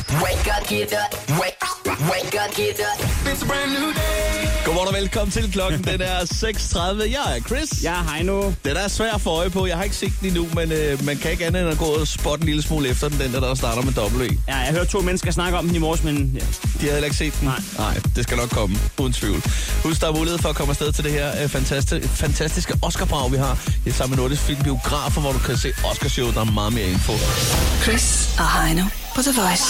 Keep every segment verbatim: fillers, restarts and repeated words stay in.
Wake up, get up. Wake, wake up, get up. It's a brand new day. Godmorgen og velkommen til klokken. Den er seks tredive. Jeg er Chris. Jeg er Heino. Den er svær at få øje på. Jeg har ikke set den endnu, men øh, man kan ikke andet end at gå og spotte en lille smule efter den, den der, der starter med W. Ja, jeg hørte to mennesker snakke om den i morges, men... Ja. De havde heller ikke set den? Nej. Nej, det skal nok komme, uden tvivl. Husk, der er mulighed for at komme afsted til det her øh, fantastiske, fantastiske Oscar-brag, vi har. Det er sammen med Nordisk Film Biografer, hvor du kan se Oscar-show. Der er meget mere info. Chris og Heino på The Voice.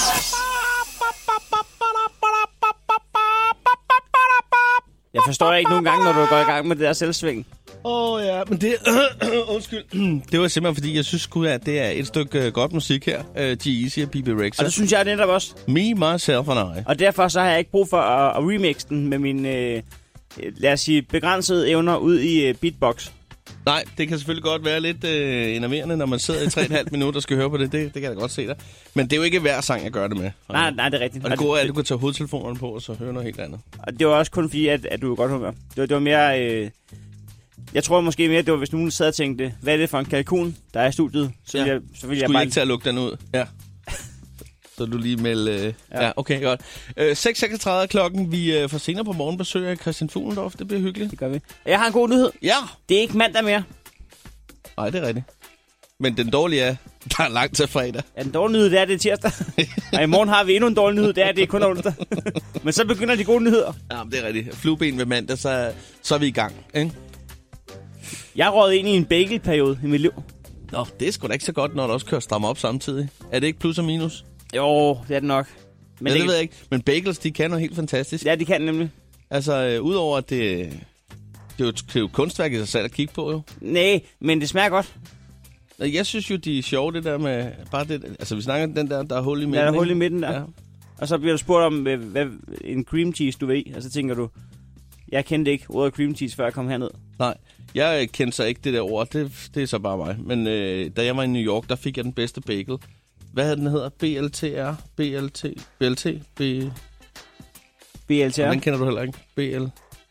Jeg forstår ikke nogen gange, når du går i gang med det der selvsving. Åh oh, ja, men det... undskyld. Det var simpelthen, fordi jeg synes sgu, at det er et stykke uh, godt musik her. Uh, G-Eazy og B B Rexha. Og det synes jeg netop også. Me, myself and I. Og derfor så har jeg ikke brug for at, at remixe den med mine, øh, lad os sige, begrænsede evner ud i øh, beatbox. Nej, det kan selvfølgelig godt være lidt øh, enerverende, når man sidder i tre og et halvt minut og skal høre på det. det. Det kan jeg da godt se dig. Men det er jo ikke hver sang, jeg gør det med. Nej, nej, det er rigtigt. Og det gode er, at du kan tage hovedtelefonerne på og så høre noget helt andet. Og det var også kun fordi, at, at du var godt humør. Det var, det var mere... Øh, jeg tror måske mere, det var, hvis nogen sad og tænkte, hvad er det for en kalkun, der er i studiet? Så ville ja. jeg, så ville Skulle jeg bare... ikke til at lukke den ud? Ja. Så du lige melde... Øh... Ja. ja, okay, godt. Øh, seks seksogtredive klokken. Vi øh, får senere på morgen besøg af Christian Fuglendorf. Det bliver hyggeligt. Det gør vi. Jeg har en god nyhed. Ja. Det er ikke mandag mere. Nej, det er rigtigt. Men den dårlige er, der er langt til fredag. Ja, den dårlige nyhed, det er, det er tirsdag. Og i morgen har vi endnu en dårlig nyhed, det er, det er kun onsdag. Men så begynder de gode nyheder. Ja, det er rigtigt. Flueben ved mandag, så, så er vi i gang, ikke? Jeg råd ind i en bagel-periode i mit liv. Nå, det er sgu da ikke så godt, når der også kører stramme op samtidig. Er det ikke plus og minus? Jo, det er det nok. Men ja, det, det ved jeg ikke. Men bagels, de kan noget helt fantastisk. Ja, de kan nemlig. Altså, øh, udover at det... Det er, jo, det er jo kunstværk i sig selv at kigge på, jo. Nej, men det smager godt. Jeg synes jo, de er sjove, det der med... Bare det, altså, vi snakker den der, der er hul i midten. Der er hul i midten der. Ja. Og så bliver du spurgt om, hvad, hvad en cream cheese du vil i. Og så tænker du, jeg kendte ikke ordet cream cheese, før jeg kom herned. Nej, jeg kendte så ikke det der ord. Det, det er så bare mig. Men øh, da jeg var i New York, der fik jeg den bedste bagel. Hvad havde den hedder? B L T R? B L T? B L T? B... B L T R? Den kender du heller ikke. B L...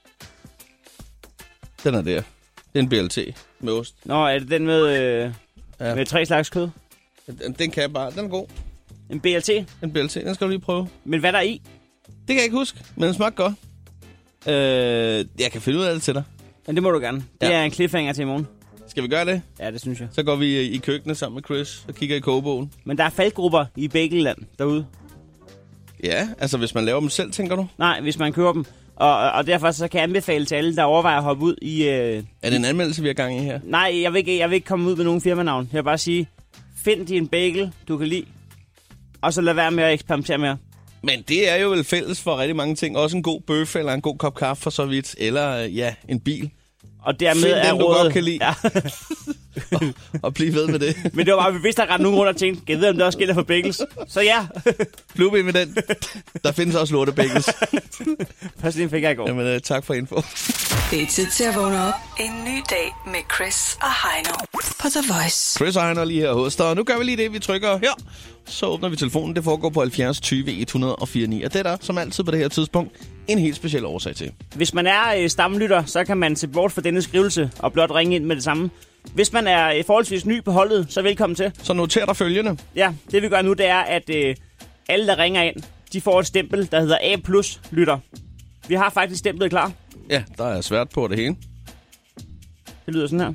Den er der. Det er en B L T med ost. Nå, er det den med, øh, ja. med tre slags kød? Den, den kan jeg bare. Den er god. En B L T? En B L T. Den skal du lige prøve. Men hvad der er i? Det kan jeg ikke huske, men den smager godt. Øh, jeg kan finde ud af det til dig. Men det må du gerne. Det ja. er en cliffhanger til i morgen. Skal vi gøre det? Ja, det synes jeg. Så går vi i køkkenet sammen med Chris og kigger i kogebogen. Men der er faldgrupper i bagelland derude. Ja, altså hvis man laver dem selv, tænker du? Nej, hvis man køber dem. Og, og derfor så kan jeg anbefale til alle, der overvejer at hoppe ud i... Øh... Er det en anmeldelse, vi har gang i her? Nej, jeg vil ikke, jeg vil ikke komme ud med nogen firmanavn. Jeg vil bare sige, find din bagel, du kan lide, og så lad være med at eksperimentere mere. Men det er jo vel fælles for rigtig mange ting. Også en god bøf eller en god kop kaffe for så vidt. Eller ja, en bil. Og dermed find er den, du rådet... godt kan lide. Ja. og, og blive ved med det. Men det var bare, hvis der rent nogen rundt og tænkte, kan jeg vide, om det også gælder for bagels? Så ja. Klub med den. Der findes også lorte bagels. Først lige fik jeg i går. Jamen, uh, tak for info. Det er tid til at vågne op. En ny dag med Chris og Heino på The Voice. Chris og Heino lige her hos dig. Og nu gør vi lige det, vi trykker her. Så åbner vi telefonen. Det foregår på halvfjerds tyve et hundrede og fire ni. Og det er der, som altid på det her tidspunkt, en helt speciel årsag til. Hvis man er øh, stamlytter, så kan man se bort fra denne skrivelse og blot ringe ind med det samme. Hvis man er øh, forholdsvis ny på holdet, så velkommen til. Så noter dig følgende. Ja, det vi gør nu, det er, at øh, alle, der ringer ind, de får et stempel, der hedder A plus lytter. Vi har faktisk stemplet klar. Ja, der er svært på det hele. Det lyder sådan her.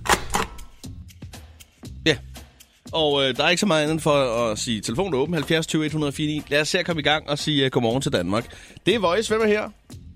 Ja. Og øh, der er ikke så meget andet for at sige telefonen åben, halvfjerds tyve et hundrede og fire ni. Lad os se at komme i gang og sige uh, godmorgen til Danmark. Det er Voice. Hvem er her?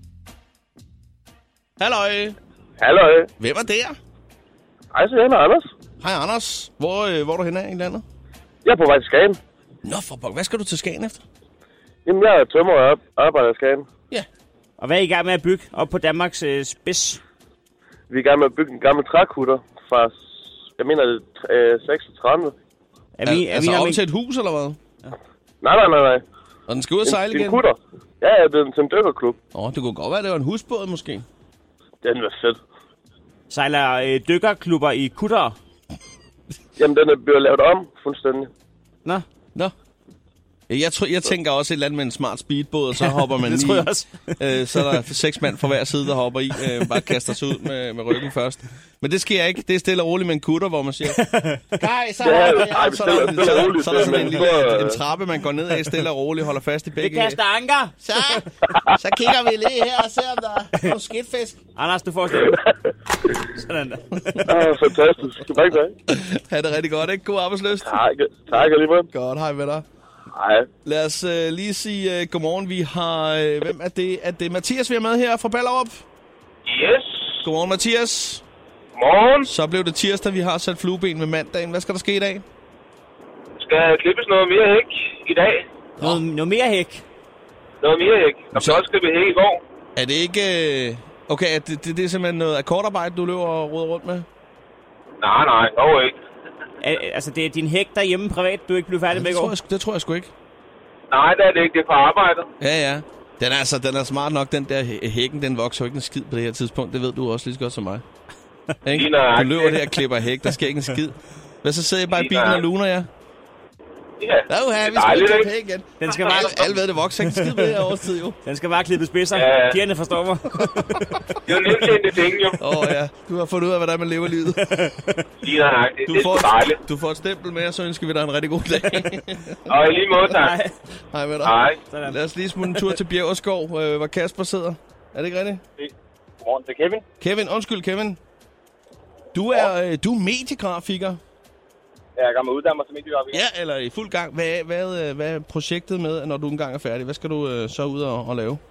Halløj. Halløj. Hvem er der? Hej, så jeg er Anders. Hej Anders. Hvor, øh, hvor er du henne af i landet? Jeg er på vej til Skagen. Nå for pokker. Hvad skal du til Skagen efter? Jamen, jeg er tømrer og arbejder i Skagen. Ja. Og hvad er I gang med at bygge op på Danmarks øh, spids? Vi er i gang med at bygge en gammel trækutter fra, jeg mener, det er øh, seksogtredive. Er vi, er, er altså vi op med... til et hus, eller hvad? Ja. Nej, nej, nej, nej. Og den skal ud og sejle en, igen? En kutter. Ja, ja, det er en, til en dykkerklub. Åh, det kunne godt være, det var en husbåd måske. Den var fedt. Sejler øh, dykkerklubber i kutter? Jamen, den er blevet lavet om fuldstændig. Nå. Nå. Jeg, tror, jeg tænker også et eller andet med en smart speedbåd, og så hopper man det lige. tror jeg også. øh, så er der seks mand fra hver side, der hopper i. Øh, bare kaster sig ud med, med ryggen først. Men det sker ikke. Det er stille og roligt med en kutter, hvor man siger, Kaj, så Ja, hopper ej, jeg. men Så er der, stille og så, roligt, så er der det er sådan en man lille får, en øh, trappe, man går ned af stille og roligt, holder fast i Vi begge. kaster anker. Så, så kigger vi lige her og ser, om der er nogle skidtfisk. Anders, du får stemme. Sådan der. Ah, fantastisk. Tak, tak. Ha' det rigtig godt, ikke? God arbejdsløst. Tak, tak alligevel. Godt, hej med dig. Hej. Lad os øh, lige sige øh, godmorgen. Vi har... Øh, hvem er det? Er det Mathias, vi har med her fra Ballerup? Yes. Godmorgen, Mathias. Morgen. Så blev det tirsdag, vi har sat flueben med mandagen. Hvad skal der ske i dag? Skal klippes noget mere hæk i dag. Noget, noget mere hæk. Noget mere hæk. Der skal også klippe hæk i går. Er det ikke... Øh... Okay, er det, det, det er simpelthen noget akkordarbejde, du løber og roder rundt med? Nej, nej. Dog ikke. Al- altså, det er din hæk derhjemme privat, du er ikke blevet færdig Ja, med i det, tror går. jeg, sgu- det tror jeg sgu ikke. Nej, det er det ikke. Det er på arbejde. Ja, ja. Den er, altså, den er smart nok, den der hæ- hækken, den vokser jo ikke en skid på det her tidspunkt. Det ved du også lige så godt som mig. Ikke? Lige nøjagtigt. Du løber der og klipper hæk, der sker ikke en skid. Hvad så sidder I bare i Lige bilen og nøjagtigt. luner jer? Ja. Ja, uha, vi Det er skal dejligt, klippe ikke? hæk igen. Den skal Alle, bare, alle ved, det vokser ikke en skid på det her årstid, jo. den skal bare klippe spidser. Ja, ja. Pigerne forstår mig. Det er jo nemt tjente penge, jo. Åh oh, ja, du har fundet ud af, hvordan man lever livet. Lige nøjagtigt. Du Det er får, sgu dejligt. du får et stempel med, og så ønsker vi dig en rigtig god dag. Og i lige måde, tak. Nej, Hej med dig. Hej. sådan. Lad os lige smutte en tur til Bjergerskov, øh, hvor Kasper sidder. Er det ikke rigtigt? Godmorgen, det er Kevin. Kevin, undskyld Kevin. Du er, øh, du er mediegrafiker. Jeg er i gang med at uddanne mig som mediegrafiker. Ja, eller i fuld gang. Hvad, hvad, øh, hvad er projektet med, når du engang er færdig? Hvad skal du øh, så ud og, og lave?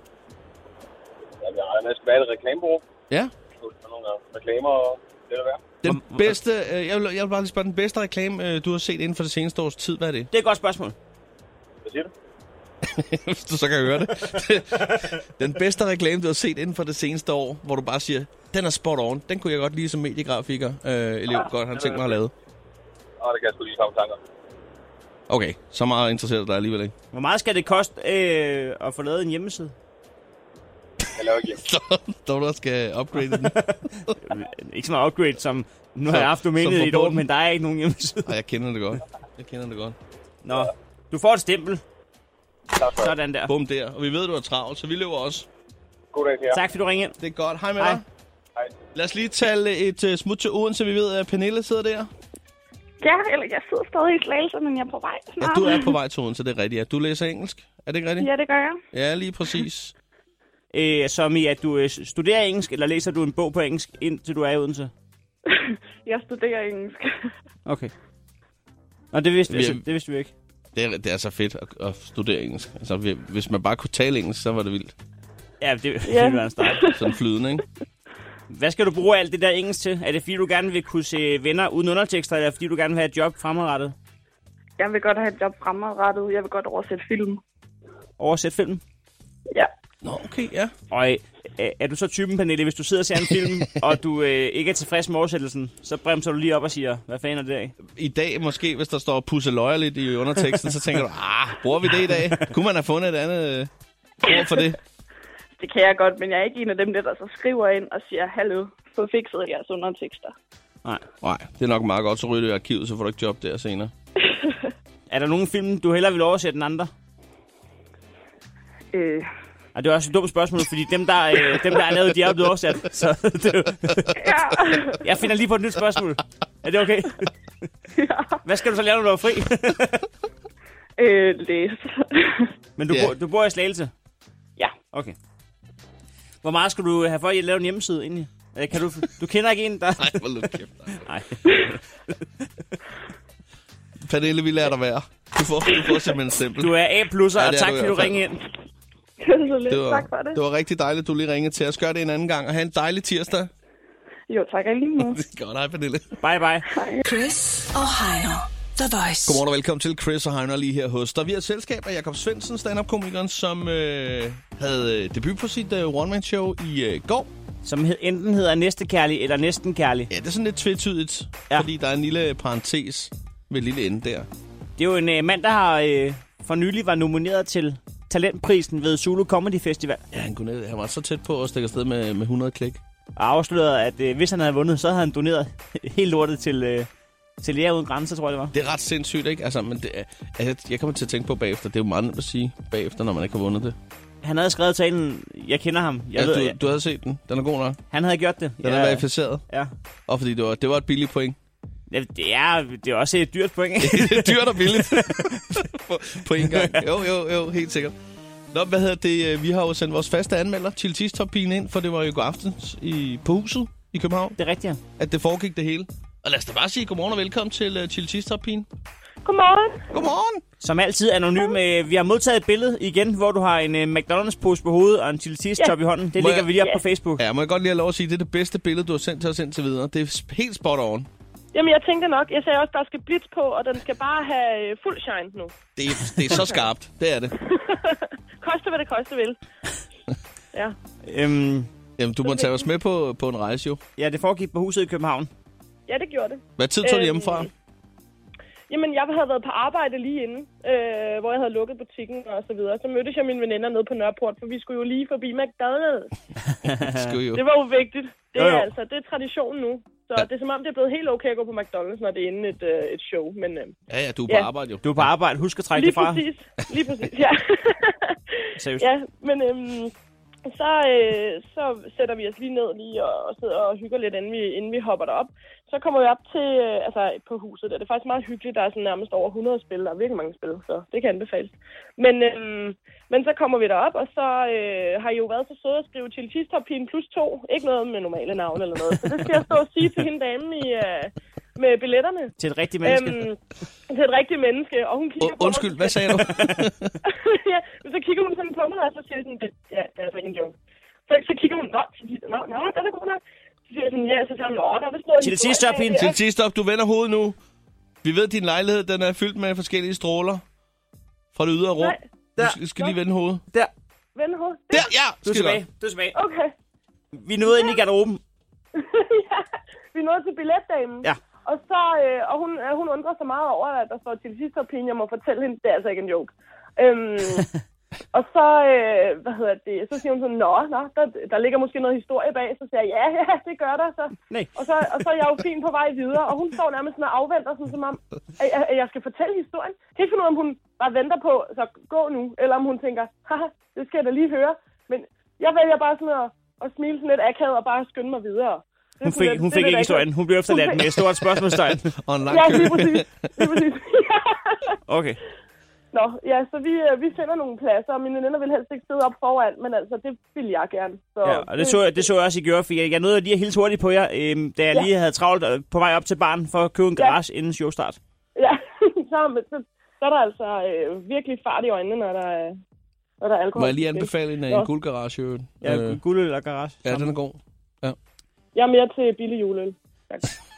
Jamen, jeg regner med, at jeg skal være et reklamebureau. Ja. For nogle reklamer og det der værd. Den bedste, øh, jeg, vil, jeg vil bare lige spørge, den bedste reklame, øh, du har set inden for det seneste års tid, hvad er det? Det er et godt spørgsmål. Hvad siger du? Hvis du så kan høre det. Den bedste reklame, du har set inden for det seneste år, hvor du bare siger, den er spot on. Den kunne jeg godt lide som mediegrafiker. Øh, elev, godt han tænkt mig at lave. Åh, det kan jeg sgu lige komme tanker. Okay, så meget interesseret dig alligevel ikke. Hvor meget skal det koste øh, at få lavet en hjemmeside? Jeg laver ikke hjem. Så du også skal upgrade den. Ikke så meget upgrade som... Nu har Så- jeg haft domænet som i et år, forbundet. men der er ikke nogen hjemmeside. Ej, jeg kender det godt. Jeg kender det godt. Nå, du får et stempel. Tak for det. Sådan der. Bum der. Og vi ved, du er travlt, så vi løber også. God dag til jer. Tak fordi du ringede ind. Det er godt. Hej med Hej. dig. Hej. Lad os lige tale et uh, smut til Odense. Vi ved, at Pernille sidder der. Ja, eller jeg sidder stadig i Slagelse, men jeg er på vej Ja, snart. du er på vej til Odense, det er rigtigt. Ja. Du læser engelsk. Er det ikke rigtigt? Ja, det gør jeg. Ja, lige præcis. Øh, som i, at du øh, studerer engelsk, eller læser du en bog på engelsk, indtil du er i Odense? Jeg studerer engelsk. Okay. Nå, det vidste, Vi- altså, det vidste vi ikke. Det er, det er så fedt at, at studere engelsk. Altså, vi- hvis man bare kunne tale engelsk, så var det vildt. Ja, det, det Ja. ville være en start. Sådan flydende, ikke? Hvad skal du bruge alt det der engelsk til? Er det fordi, du gerne vil kunne se venner uden undertekster, eller fordi du gerne vil have et job fremadrettet? Jeg vil godt have et job fremadrettet. Jeg vil godt oversætte film. Oversæt film? Ja. Nå, okay, ja. Og øh, er du så typen, Pernille, hvis du sidder og ser en film, og du øh, ikke er tilfreds med oversættelsen, så bremser du lige op og siger, hvad fanden er det af? I dag måske, hvis der står pusseløjer lidt i underteksten, så tænker du, ah, bruger vi det i dag? Kunne man have fundet et andet øh, ord for det? Det kan jeg godt, men jeg er ikke en af dem, der så skriver ind og siger, hallo, få fikset jeres undertekster. Nej. Nej, det er nok meget godt, så ryger du i arkivet, så får du ikke job der senere. Er der nogen film, du hellere vil oversætte end andre? Øh, Ej, det er også et dumt spørgsmål, fordi dem, der, øh, dem, der er lavet, de er blevet oversat. Så det er jo... ja. Jeg finder lige på et nyt spørgsmål. Er det okay? ja. Hvad skal du så lave, når du er fri? Øh, læs. Men du, Ja. bor, du bor i Slagelse? Ja. Okay. Hvor meget skal du have for at lave en hjemmeside egentlig? Øh, Kan du, du kender ikke en, der... Nej, hvor lidt kæft. Nej. Pernille, vi lader dig være. Du får, du får simpelthen en stempel. Du er A-plusser, Ja, og det er tak du i fordi du hvert fald. ringede ind. så lidt. Det var, Tak for det. det var rigtig dejligt, du lige ringede til os. Gør det en anden gang, og have en dejlig tirsdag. Jo, tak alligevel. Godt, hej Pernille. Bye, bye. Chris og Heino. The Voice. Godmorgen og velkommen til Chris og Heiner lige her hos dig. Vi har et selskab af Jakob Svendsen, stand-up-komikeren, som øh, havde øh, debut på sit øh, one-man-show i øh, går. Som hed, enten hedder Næstekærlig eller Næsten Kærlig. Ja, det er sådan lidt tvetydigt, Ja. ja. fordi der er en lille parentes med en lille ende der. Det er jo en øh, mand, der har øh, for nylig var nomineret til Talentprisen ved Zulu Comedy Festival. Ja, han, kunne ned, han var så tæt på at stikke afsted med, med hundrede klik. Og afslørede, at øh, hvis han havde vundet, så havde han doneret helt lortet til, øh, Til Læger Uden Grænser, tror jeg, det var. Det er ret sindssygt, ikke? Altså, men det er, altså, jeg kommer til at tænke på bagefter. Det er jo meget nemt at sige bagefter, når man ikke har vundet det. Han havde skrevet talen, jeg kender ham. Jeg Ja, ved, du, jeg, du havde set den. Den er god nok. han havde gjort det. Den er verificeret. Ja. Og fordi det var, det var et billigt point. Ja, det er, det er også et dyrt point, ikke? Det er dyrt og billigt. på, på en gang. Jo, jo, jo, helt sikkert. Nå, hvad hedder det? Vi har jo sendt vores faste anmelder, Chili Cheese Top-pigen, ind, for det var jo god aftens i, på huset i København, Det er rigtigt, at det foregik det hele. Og lad os da bare sige godmorgen og velkommen til uh, Chili Cheese Top-pigen. Godmorgen. Godmorgen! Som altid anonym. Øh, vi har modtaget et billede igen, hvor du har en øh, McDonald's-pose på hovedet og en Chili Cheese-top i hånden. Det Må ligger jeg- vi lige op Ja. på Facebook. Ja, må jeg godt lige have lov at sige, det er det bedste billede, du har sendt til os indtil videre. Det er helt spot on. Jamen, jeg tænkte nok. Jeg sagde også, der skal blitz på, og den skal bare have øh, fuld shine nu. Det er, det er så skarpt. Det er det. Koste, hvad det koste vil. Ja. Øhm, Jamen, du må tage os med på, på en rejse, jo. ja, det foregik på huset i København. Ja, det gjorde det. Hvad tid tog du Øhm, hjemmefra? Jamen, jeg havde været på arbejde lige inden, øh, hvor jeg havde lukket butikken og så videre. Så mødtes jeg mine veninder nede på Nørreport, for vi skulle jo lige forbi McDonald's. Skal vi jo. Det var jo vigtigt. Det Jo, er jo. altså, det er tradition nu. Så Ja. ja. det er som om, det er blevet helt okay at gå på McDonald's, når det er inden et, øh, et show. Men øh, Ja, ja, du er på Ja. arbejde, jo. Du er på arbejde. Husk at trække lige det fra. præcis. Lige præcis, ja. Seriøst. Ja, men øhm, så, øh, så sætter vi os lige ned lige og, og sidder og hygger lidt, inden vi, inden vi hopper derop. Så kommer vi op til, øh, altså på huset, der. Det er faktisk meget hyggeligt. Der er sådan nærmest over hundrede spil. Der er virkelig mange spil, så det kan anbefales. Men, øhm, men så kommer vi derop, og så øh, har I jo været så søde at skrive Chili Cheese Top-pigen plus to. Ikke noget med normale navn eller noget. Så det skal jeg stå og sige til hende damen i, øh, med billetterne. Til et rigtigt menneske. Øhm, til et rigtigt menneske, og hun kigger U- på undskyld, mig. hvad sagde du? Ja, men så kigger hun sådan på mig, og så siger jeg sådan, det, ja, det er altså ikke en joke. Så, så kigger hun, nå, nå, nå, det er da godt nok. Så siger jeg sådan, ja, så siger hun, nå, der er vist noget... Chili Cheese Top-pigen. Til sidst op, du vender hovedet nu. Vi ved, at din lejlighed den er fyldt med forskellige stråler fra det ydre rum. Nej. Du skal, skal lige vende hovedet. Der. Vende hoved. Der, ja! Du er Skide tilbage. godt. Du er tilbage. Okay. Vi nåede ind i garderoben. Ja, vi nåede til billetdamen. Ja. Og så, øh, og hun, øh, hun undrer sig meget over, at der står til sidste Top-pigen. Jeg må fortælle hende, det er altså ikke en joke. Øhm, og så, øh, hvad hedder det, så siger hun sådan, nå, nå der, der ligger måske noget historie bag. Så siger jeg, ja, ja, det gør der. Så. Nej. Og, så, og så er jeg jo fint på vej videre, og hun står nærmest sådan og afventer, sådan, som om, at, at jeg skal fortælle historien. Jeg kan ikke finde ud af, om hun bare venter på, så gå nu, eller om hun tænker, haha, det skal jeg da lige høre. Men jeg vælger bare sådan at, at smile sådan lidt akavet og bare skynde mig videre. Det er Hun sådan fik, lidt- hun det er fik lidt ikke akavet. historien. Hun blev efterladt Hun med et stort spørgsmålstegn. Og en lang Ja, kø. lige præcis. Lige præcis. Okay. Nå, ja, så vi, øh, vi finder nogle pladser, og mine venner vil helst ikke sidde op foran, men altså, det vil jeg gerne. Så Ja, og det så, jeg- det så jeg også, I gjorde, for jeg, jeg nåede lige at hilse hurtigt på jer, øhm, da jeg Ja. lige havde travlt øh, på vej op til baren for at købe en Ja. garage inden showstart. Ja, så, så, så er der altså øh, virkelig fart i øjnene, når der er, når der er alkohol. Må jeg lige anbefale en, Nå. en guldgarage? Øh, Ja, øh. guld eller garage. ja, den er god. Jeg er mere til billig juleøl. Tak.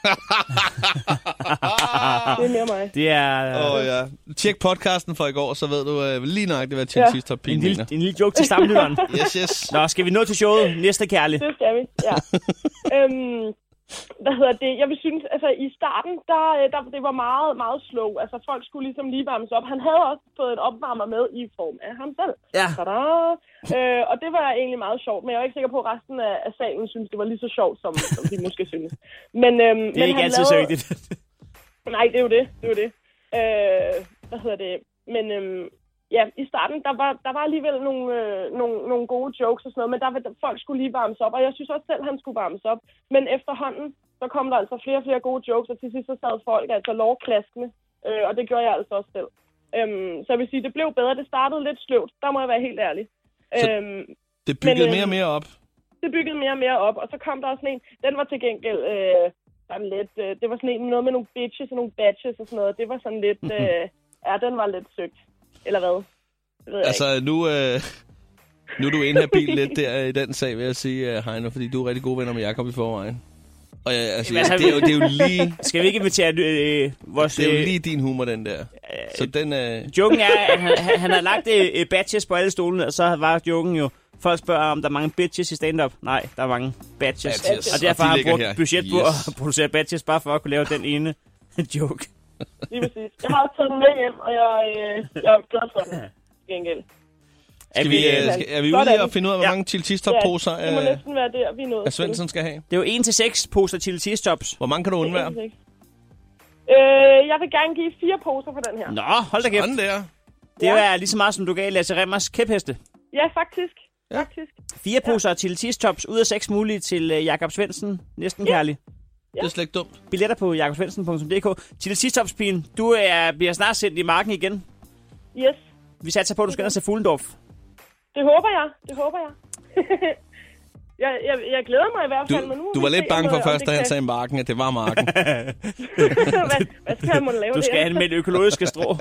Det er mere mig. Det er Åh, øh, oh, ja. Tjek podcasten fra i går, så ved du øh, lige nøjagtigt, hvad Chili Ja. Cheese en, Top-pigen lille, mener. en lille joke til stamlytteren. Yes, yes. Nå, skal vi nå til showet? Næste kærlig. Det skal vi, ja. øhm, hvad hedder det? Jeg vil synes, altså i starten, der, der, det var meget, meget slow. Altså folk skulle ligesom lige varmes op. Han havde også fået en opvarmer med i form af ham selv. Ja. Tada! Øh, og det var egentlig meget sjovt, men jeg er ikke sikker på, at resten af, af salen synes, det var lige så sjovt, som, som de måske synes. Men, øhm, Det er men ikke han altid så lavede... vigtigt. Nej, det er jo det. Det er jo det. Øh, hvad hedder det? Men øhm, ja, i starten, der var, der var alligevel nogle, øh, nogle, nogle gode jokes og sådan noget, men der, der, folk skulle lige varmes op, og jeg synes også selv, han skulle varmes op. Men efterhånden, så kom der altså flere og flere gode jokes, og til sidst så sad folk altså lovklaskende, øh, og det gjorde jeg altså også selv. Øhm, så jeg vil sige, det blev bedre. Det startede lidt sløvt, der må jeg være helt ærlig. Så- Øhm, Det byggede Men, øh, mere og mere op. det byggede mere og mere op, og så kom der også sådan en, den var til gengæld øh, sådan lidt, øh, det var sådan en noget med nogle bitches og nogle batches og sådan noget, det var sådan lidt, øh, ja, den var lidt søgt, eller hvad? Det ved jeg Altså, nu, øh, nu er du inhabil lidt der i den sag, vil jeg sige, uh, Heino, fordi du er rigtig gode venner med Jacob i forvejen. Og ja, altså, Jamen, altså, det, er jo, det er jo lige... Skal vi ikke invitere øh, vores... Det er jo øh, lige din humor, den der. Så den er... Joken er, at han, han, han har lagt øh, badges på alle stolene, og så var joken jo, folk spørger, om der er mange bitches i stand-up. Nej, der er mange badges. Badges. Og derfor Og de har han ligger brugt her. budget på Yes. at producere badges, bare for at kunne lave den ene joke. Lige præcis. Jeg har også taget den med hjem, og jeg, øh, jeg er glad for den. Gengæld. Skal vi, øh, skal, er vi ude i at finde ud af, hvor Ja. mange Chili Cheese Top-poser Ja, det må øh, næsten være der, vi er nået at Svendsen skal have? Det er jo en til seks poster chili cheese tops. Hvor mange kan du undvære? til. Øh, jeg vil gerne give fire poser for den her. Nå, hold da kæft. Sådan der. Det er lige så meget, som du gav Lasse Remmers kæpheste. Ja, faktisk. Ja. faktisk. Fire poser til Tistops ud af seks mulige til uh, Jakob Svendsen. Næsten kærlig. Det er slet ikke dumt. Billetter på jakobsvendsen punktum d k. Til Tistops-pigen, du er, bliver snart sendt i marken igen. Yes. Vi satser på, at du skal ind og se Fuglendorf. Det håber jeg. Det håber jeg. jeg, jeg. Jeg glæder mig i hvert fald. Du, men nu du var lidt bange for først, da han sagde marken, at det var marken. hvad, hvad skal man lave Du skal have med økologiske strå.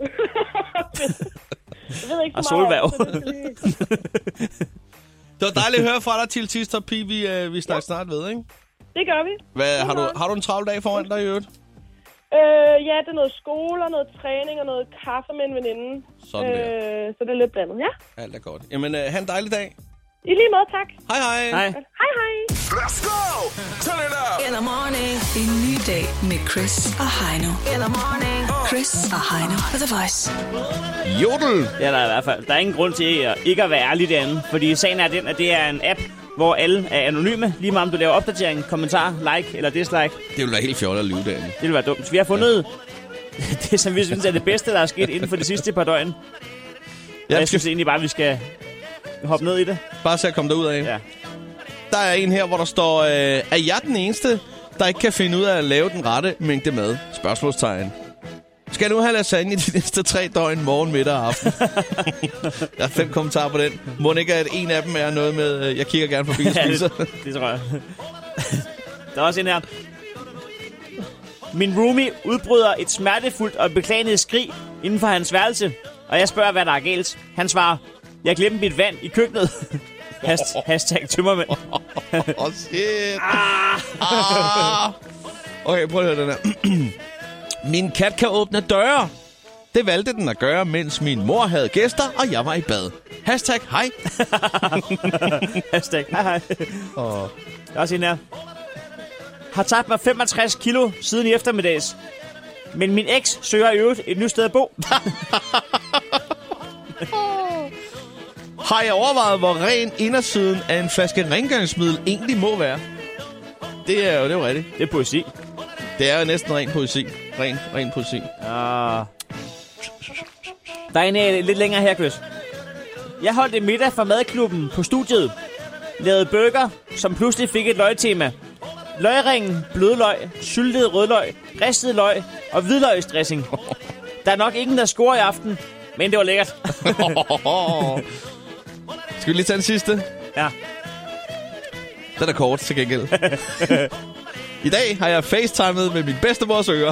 Jeg ved ikke og så meget solværv. om det. Det var dejligt at høre fra dig, til Tistop Pige. Vi, øh, vi snakker snart ved, ikke? Det gør vi. Hvad, har, du, har du en travl dag foran dig i øvrigt? Øh, ja, det er noget skole og noget træning og noget kaffe med en veninde. Sådan der. Øh, så det er lidt blandet, ja. Alt er godt. Jamen, øh, have en dejlig dag. I lige måde, tak. Hej hej. Hej. Hej, hej. Let's go! Turn it up! In the morning. En ny dag med Chris og Heino. In the morning. Chris og Heino på The Voice. Jodel. Det er der i hvert fald. Der er ingen grund til at ikke at være ærlig derinde. Fordi sagen er den, at det er en app, hvor alle er anonyme. Lige meget om du laver opdatering, kommentar, like eller dislike. Det vil være helt fjollet at lyve derinde. Det vil være dumt. Så vi har fundet det, som vi synes er det bedste, der er sket inden for de sidste par døgn. Og Jeg jeg synes skal egentlig bare, at vi skal hoppe ned i det. bare se at komme derud af. Ja. Der er en her, hvor der står, øh, er jeg den eneste, der ikke kan finde ud af at lave den rette mængde mad? Spørgsmålstegn. Skal jeg nu have lasagne de næste tre døgn, morgen, middag og aften? Der er fem kommentarer på den. Må ikke, at en af dem er noget med, øh, jeg kigger gerne forbi og Ja, spiser. det, det tror jeg. Der er også en her. Min roomie udbryder et smertefuldt og beklaget skrig inden for hans værelse, og jeg spørger, hvad der er galt. Han svarer, jeg glemte mit vand i køkkenet. Hast, hashtag tømmermænd. Åh, oh, shit. Ah. Okay, prøv at høre den her. Min kat kan åbne døre. Det valgte den at gøre, mens min mor havde gæster, og jeg var i bad. Hashtag hej. Hashtag hej hej. Oh. Der er også en her. Har tabt mig femogtres kilo siden i eftermiddags. Men min eks søger i øvrigt et nyt sted at bo. Har jeg overvejet, hvor ren indersiden af en flaske rengøringsmiddel egentlig må være? Det er jo, det er jo rigtigt. Det er poesi. Det er jo næsten ren poesi. Ren, ren poesi. Ah. Der er en uh, lidt længere her, Chris. Jeg holdt en middag for madklubben på studiet. Lavede burger, som pludselig fik et løgtema. Løgringen, blødløg, syltet rødløg, ristet løg og hvidløgsdressing. Der er nok ingen, der scorer i aften, men det var lækkert. Skal vi lige tage den sidste? Ja. Den er kort til gengæld. I dag har jeg facetimet med min bedstemors ører.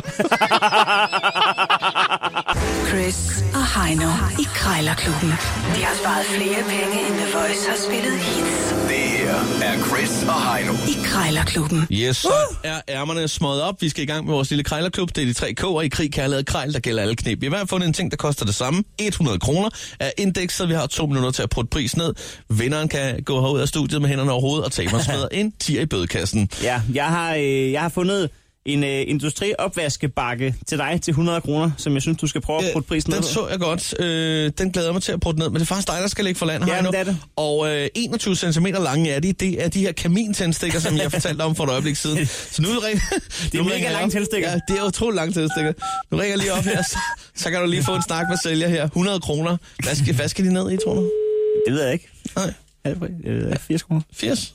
Chris og Heino i Krejlerklubben. De har sparet flere penge, end The Voice har spillet hits Det her er Chris og Heino. i Krejlerklubben. Yes, så er ærmerne smøget op. Vi skal i gang med vores lille krejlerklub. Det er de tre K'er i krig, kærlighed og krejl, der gælder alle knep. Vi har i hvert fald fundet en ting, der koster det samme. hundrede kroner er indekset. Vi har to minutter til at putte pris ned. Vinderen kan gå herud af studiet med hænderne over hovedet og tabe smadret en tier i bødekassen. Ja, jeg har, øh, jeg har fundet en øh, industriopvaskebakke til dig til hundrede kroner, som jeg synes, du skal prøve at putte prisen ned. Den så jeg godt. Øh, den glæder jeg mig til at putte ned. Men det er faktisk dig, der skal lægge for land. Ja, det er det. Og øh, enogtyve centimeter lange er de. Det er de her kamintændstikker, som jeg fortalte om for et øjeblik siden. Så nu, ring, Det er nu mega ringer jeg lange op. tændstikker. Ja, det er utrolig lange tændstikker. Nu ringer jeg lige op her, så, så kan du lige få en snak med sælger her. hundrede kroner. Hvad skal, hvad skal de ned i, tror du? Det ved jeg ikke. Nej. Er det jeg ved ikke. firs kroner. firs.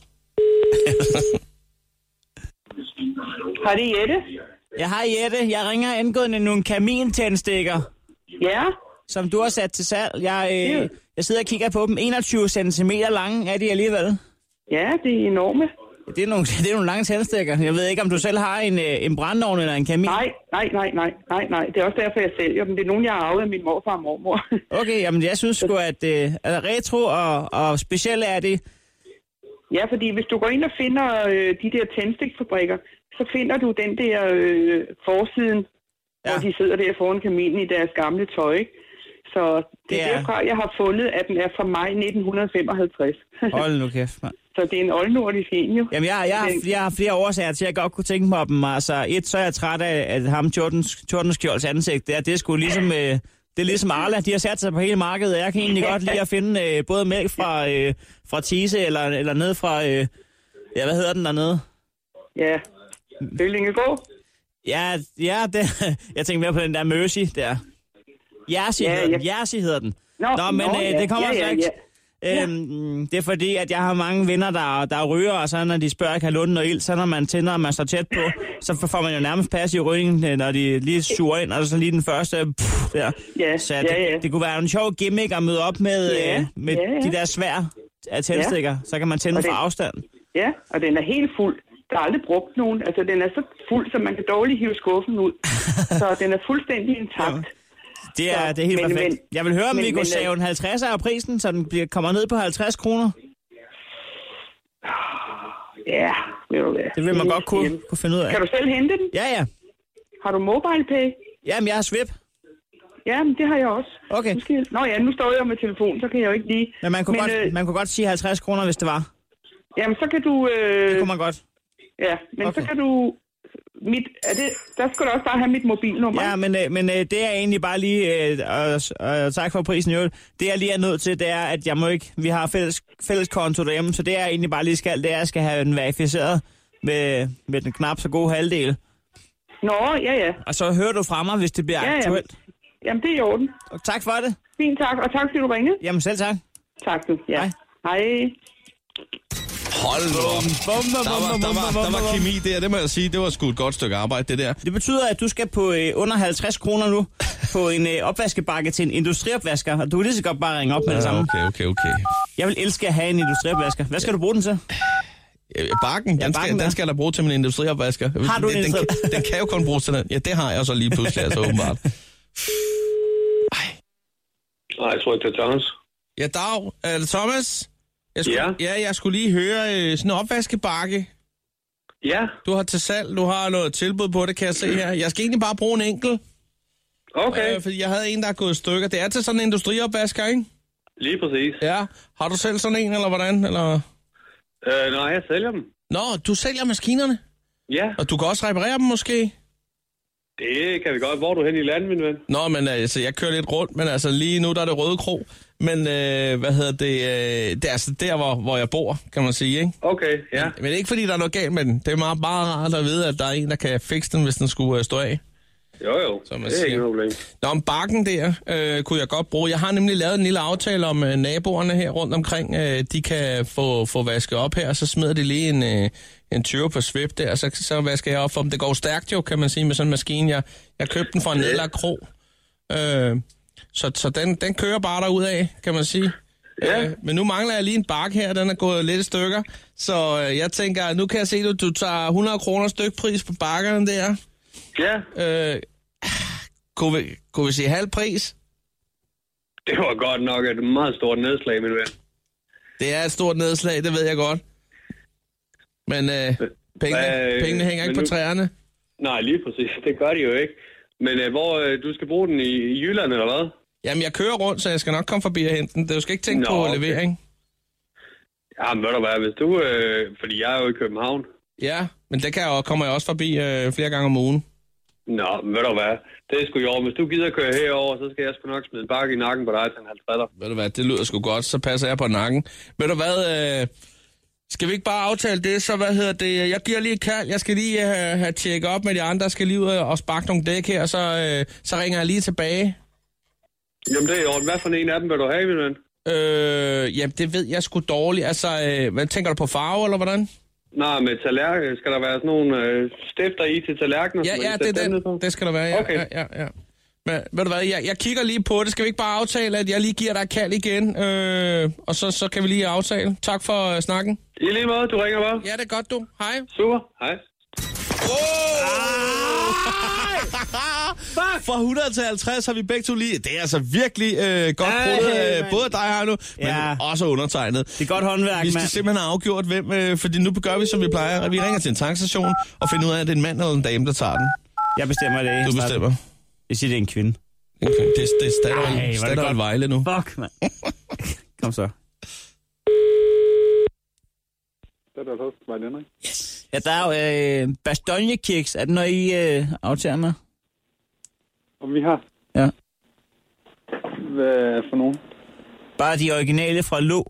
Har det Jette? Jeg har Jette. Jeg ringer angående nogle kamintændstikker, Ja, som du har sat til salg. Jeg, øh, Ja. jeg sidder og kigger på dem. enogtyve centimeter lange er de alligevel. ja, det er enorme. Det er nogle, det er nogle lange tændstikker. Jeg ved ikke, om du selv har en, øh, en brændeovn eller en kamin. Nej, nej, nej, nej, nej, nej. Det er også derfor, jeg sælger dem. Det er nogen, jeg har arvet af min morfar og mormor. Okay, jamen jeg synes sgu, at, øh, at retro og, og specielle er det. Ja, fordi hvis du går ind og finder øh, de der tændstikfabrikker, så finder du den der øh, forsiden, ja. Hvor de sidder der foran kaminen i deres gamle tøj, ikke? Så det, det er derfra, jeg har fundet, at den er fra maj nitten femoghalvtreds. Hold nu kæft, mand. Så det er en oldnordisk en, jo. Jamen, jeg, jeg, har, jeg har flere årsager til, at jeg godt kunne tænke mig op dem. Altså, et, så er jeg træt af, at ham Tordenskjolds ansigt, det er, det er sgu ligesom, øh, det er ligesom Arla. De har sat sig på hele markedet, og jeg kan egentlig godt lide at finde øh, både mælk fra, øh, fra Tise, eller, eller ned fra, øh, ja, hvad hedder den dernede? Ja, Bøllingegård. Ja, ja det, jeg tænker mere på den der Mercy der. Jersey Ja, hedder den. ja. Jersey hedder den. Nå, Nå, men nå, øh, ja, det kommer ja, ja, straks. ja. Øhm, det er fordi, at jeg har mange venner, der, der ryger, og så når de spørger, kan lunde noget ild, så når man tænder, og man står tæt på, så får man jo nærmest passiv rygning, når de lige suger ind, og så lige den første pff, der. Ja, så ja, det, ja. det kunne være en sjov gimmick at møde op med, Ja, øh, med ja, ja. de der svær af tændstikker, ja. Så kan man tænde Og det- fra afstand. Ja, og den er helt fuld. Der er aldrig brugt nogen. Altså, den er så fuld, så man kan dårligt hive skuffen ud. Så den er fuldstændig intakt. Det er, Så, det er helt men- perfekt. men- Jeg vil høre, om men- vi kunne men, save en halvtredser af prisen, så den bliver, kommer ned på halvtreds kroner. Ja, ved du hvad. Det vil man godt kunne, kunne finde ud af. Kan du selv hente den? Ja, ja. Har du mobile pay? Jamen, jeg har Svip. Ja, men det har jeg også. Okay. Nu skal jeg... Nå ja, nu står jeg med telefonen, så kan jeg jo ikke lige... Men man kunne, men, godt, øh, man kunne godt sige halvtreds kroner, hvis det var. Jamen, så kan du... Øh... Det kunne man godt. Ja, men Okay. så kan du... Mit, er det, der skal du også bare have mit mobilnummer. Ja, men, øh, men øh, det er egentlig bare lige, øh, og, og tak for prisen i øvrigt, det jeg lige er nødt til, det er, at jeg må ikke, vi har fælles, fælles konto derhjemme, så det jeg egentlig bare lige skal, det er, at jeg skal have den verificeret med, med den knap så gode halvdel. Nå, ja, ja. Og så hører du fra mig, hvis det bliver Ja, ja. aktuelt. Jamen, det er i orden. Og tak for det. Fint, tak. Og tak, fordi du ringede. Jamen selv tak. Tak, du. Ja. Hej. Hej. Hold nu op. Der var, der, var, der var kemi der, det må jeg sige. Det var sgu et godt stykke arbejde, det der. Det betyder, at du skal på øh, under halvtreds kroner nu på en øh, opvaskebakke til en industriopvasker, og du kan lige så godt bare ringe op med det Ja, samme. okay, okay, okay. Jeg vil elske at have en industriopvasker. Hvad skal du bruge den til? Øh, Bakken, Ja, den, bakken, skal, ja. den skal der bruge til min industriopvasker. Har du den, en den, industri- den, den kan jo kun bruges til den. Ja, det har jeg så lige pludselig, altså åbenbart. Nej, jeg tror ikke, det er Thomas. Ja, Dag. Er det Thomas? Jeg skulle, Ja. ja, jeg skulle lige høre øh, sådan en opvaskebakke. Ja, Du har til salg, du har noget tilbud på det, kan jeg se her. Jeg skal egentlig bare bruge en enkelt, okay. øh, fordi jeg havde en, der er gået i stykker. Det er til sådan en industriopvasker, ikke? Lige præcis. Ja. Har du selv sådan en, eller hvordan? Eller? Øh, nej, jeg sælger dem. Nå, du sælger maskinerne, Ja, og du kan også reparere dem måske? det kan vi godt. Hvor er du hen i landet, min ven? Nå, men altså, jeg kører lidt rundt, men altså lige nu, der er det Røde Kro. Men øh, hvad hedder det? Øh, det er altså der, hvor, hvor jeg bor, kan man sige, ikke? Okay, ja. Men det er ikke, fordi der er noget galt med den. Det er meget, meget rart at vide, at der er en, der kan fikse den, hvis den skulle øh, stå af. Jo, jo. Som man Det er siger. ikke noget problem. Nå, om bakken der øh, kunne jeg godt bruge. Jeg har nemlig lavet en lille aftale om øh, naboerne her rundt omkring. Øh, de kan få, få vasket op her, så smider de lige en, øh, en tyve på Svip der, og så, så vasker jeg op for dem. Det går stærkt jo, kan man sige, med sådan en maskine. Jeg, jeg købte den fra en nedlagt kro. Øh, så så den, den kører bare derudad, kan man sige. Ja. Øh, men nu mangler jeg lige en bakke her, den er gået lidt i stykker. Så øh, jeg tænker, nu kan jeg se, at du, du tager hundrede kroner stykpris på bakkerne der. Ja, Øh, kunne, vi, kunne vi sige halv pris? det var godt nok et meget stort nedslag, min ven. Det er et stort nedslag, det ved jeg godt. Men øh, pengene, Øh, pengene hænger ikke men på nu- træerne. Nej, lige præcis. Det gør de jo ikke. Men øh, hvor øh, du skal bruge den i, i Jylland, eller hvad? Jamen, jeg kører rundt, så jeg skal nok komme forbi og hente den. Du skal ikke tænke Nå, på okay. levering. Ja, men ved du hvad, hvis du... Øh, fordi jeg er jo i København. Ja, men det kan jeg, jo- kommer jeg også forbi øh, flere gange om ugen. Nå, men ved du hvad, det er sgu i år. Hvis du gider køre herover, så skal jeg sgu nok smide en bakke i nakken på dig til en halvtredser. Ved du hvad, det lyder sgu godt, så passer jeg på nakken. Ved du hvad, øh, skal vi ikke bare aftale det, så hvad hedder det? Jeg giver lige et kald, jeg skal lige have, have tjekket op med de andre, jeg skal lige ud og sparke nogle dæk her, så, øh, så ringer jeg lige tilbage. Jamen det er i orden. Hvad for en af dem vil du have, min ven? Øh, jamen, det ved jeg sgu dårligt. Altså, øh, hvad tænker du på farve, eller hvordan? Nej, med tallerken. Skal der være sådan nogle øh, stifter i til tallerkener? Ja, som man ja, kan det sætte er dem ned på? den. Det skal der være, ja. Okay. ja, ja, ja. Men ved du hvad, jeg, jeg kigger lige på det. Skal vi ikke bare aftale, at jeg lige giver dig et kald igen? Øh, og så, så kan vi lige aftale. Tak for uh, snakken. I lige måde, du ringer bare. Ja, det er godt, du. Hej. Super, hej. Fuck! Fra hundrede til halvtreds har vi begge to lige... Det er altså virkelig øh, godt Ej, brugt. Øh, mand. både dig, Heino, men Ja. også undertegnet. Det er godt håndværk, Vi skal mand. simpelthen have afgjort, hvem... Øh, fordi nu gør vi, som vi plejer. Vi ringer til en tankstation og finder ud af, at det er en mand eller en dame, der tager den. Jeg bestemmer det. Du bestemmer. Jeg siger, det er en kvinde. Okay. Det, det er Ej, Statoil, hvor er det Statoil godt. Vejle nu. Fuck, mand. Kom så. Det er der også, var det, ikke? Ja, der er jo øh, Bastogne-kiks. Er det noget, I øh, aftager med? Om vi har? Ja. Hvad for nogen? Bare de originale fra Lå.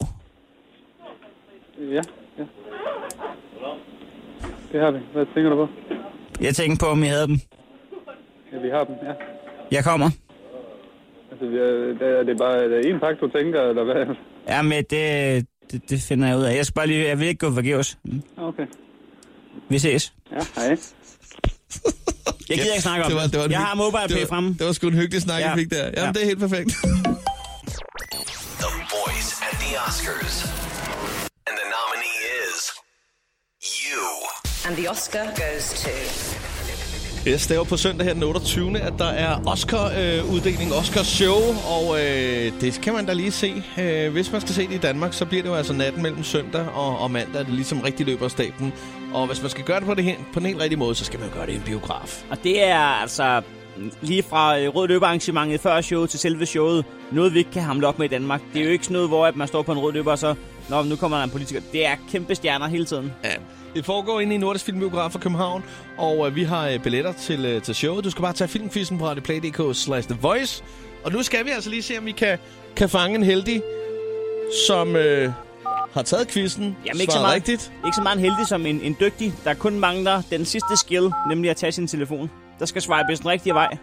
Ja, ja. Det har vi. Hvad tænker du på? Jeg tænkte på, om I havde dem. Ja, vi har dem, ja. Jeg kommer. Altså, vi er, det, er det bare er en pakke, du tænker, eller hvad? Ja, men det, det, det finder jeg ud af. Jeg skal bare lige, jeg vil ikke gå forgæves. Mm. Okay. Vi ses. Ja, hej. Jeg gider ikke snakke om det. Var, det var jeg har MobilePay fremme. Det var sgu en hyggelig snak, ja. Jeg fik der. Jamen, ja. Det er helt perfekt. The Voice at the Oscars. And the nominee is you. And the Oscar goes to... Yes, det er jo på søndag her den otteogtyvende at der er Oscar-uddeling, øh, Oscar-show, og øh, det kan man da lige se. Øh, hvis man skal se det i Danmark, så bliver det jo altså natten mellem søndag og, og mandag, det ligesom rigtig løber af stablen. Og hvis man skal gøre det på, det hen, på den helt rigtige måde, så skal man jo gøre det i en biograf. Og det er altså lige fra rød løberarrangementet før showet til selve showet, noget vi ikke kan hamle op med i Danmark. Det er jo ikke sådan noget, hvor at man står på en rød løber og så, nå, nu kommer der en politiker. Det er kæmpe stjerner hele tiden. Ja. Det foregår inde i Nordisk Filmbiograf for København, og øh, vi har øh, billetter til, øh, til showet. Du skal bare tage filmquizzen på radioplay punktum d k slash the voice. Og nu skal vi altså lige se, om vi kan, kan fange en heldig, som øh, har taget quizzen, Jamen, ikke så meget, rigtigt. Ikke så meget en heldig som en, en dygtig, der kun mangler den sidste skill, nemlig at tage sin telefon. Der skal swipes den rigtige vej.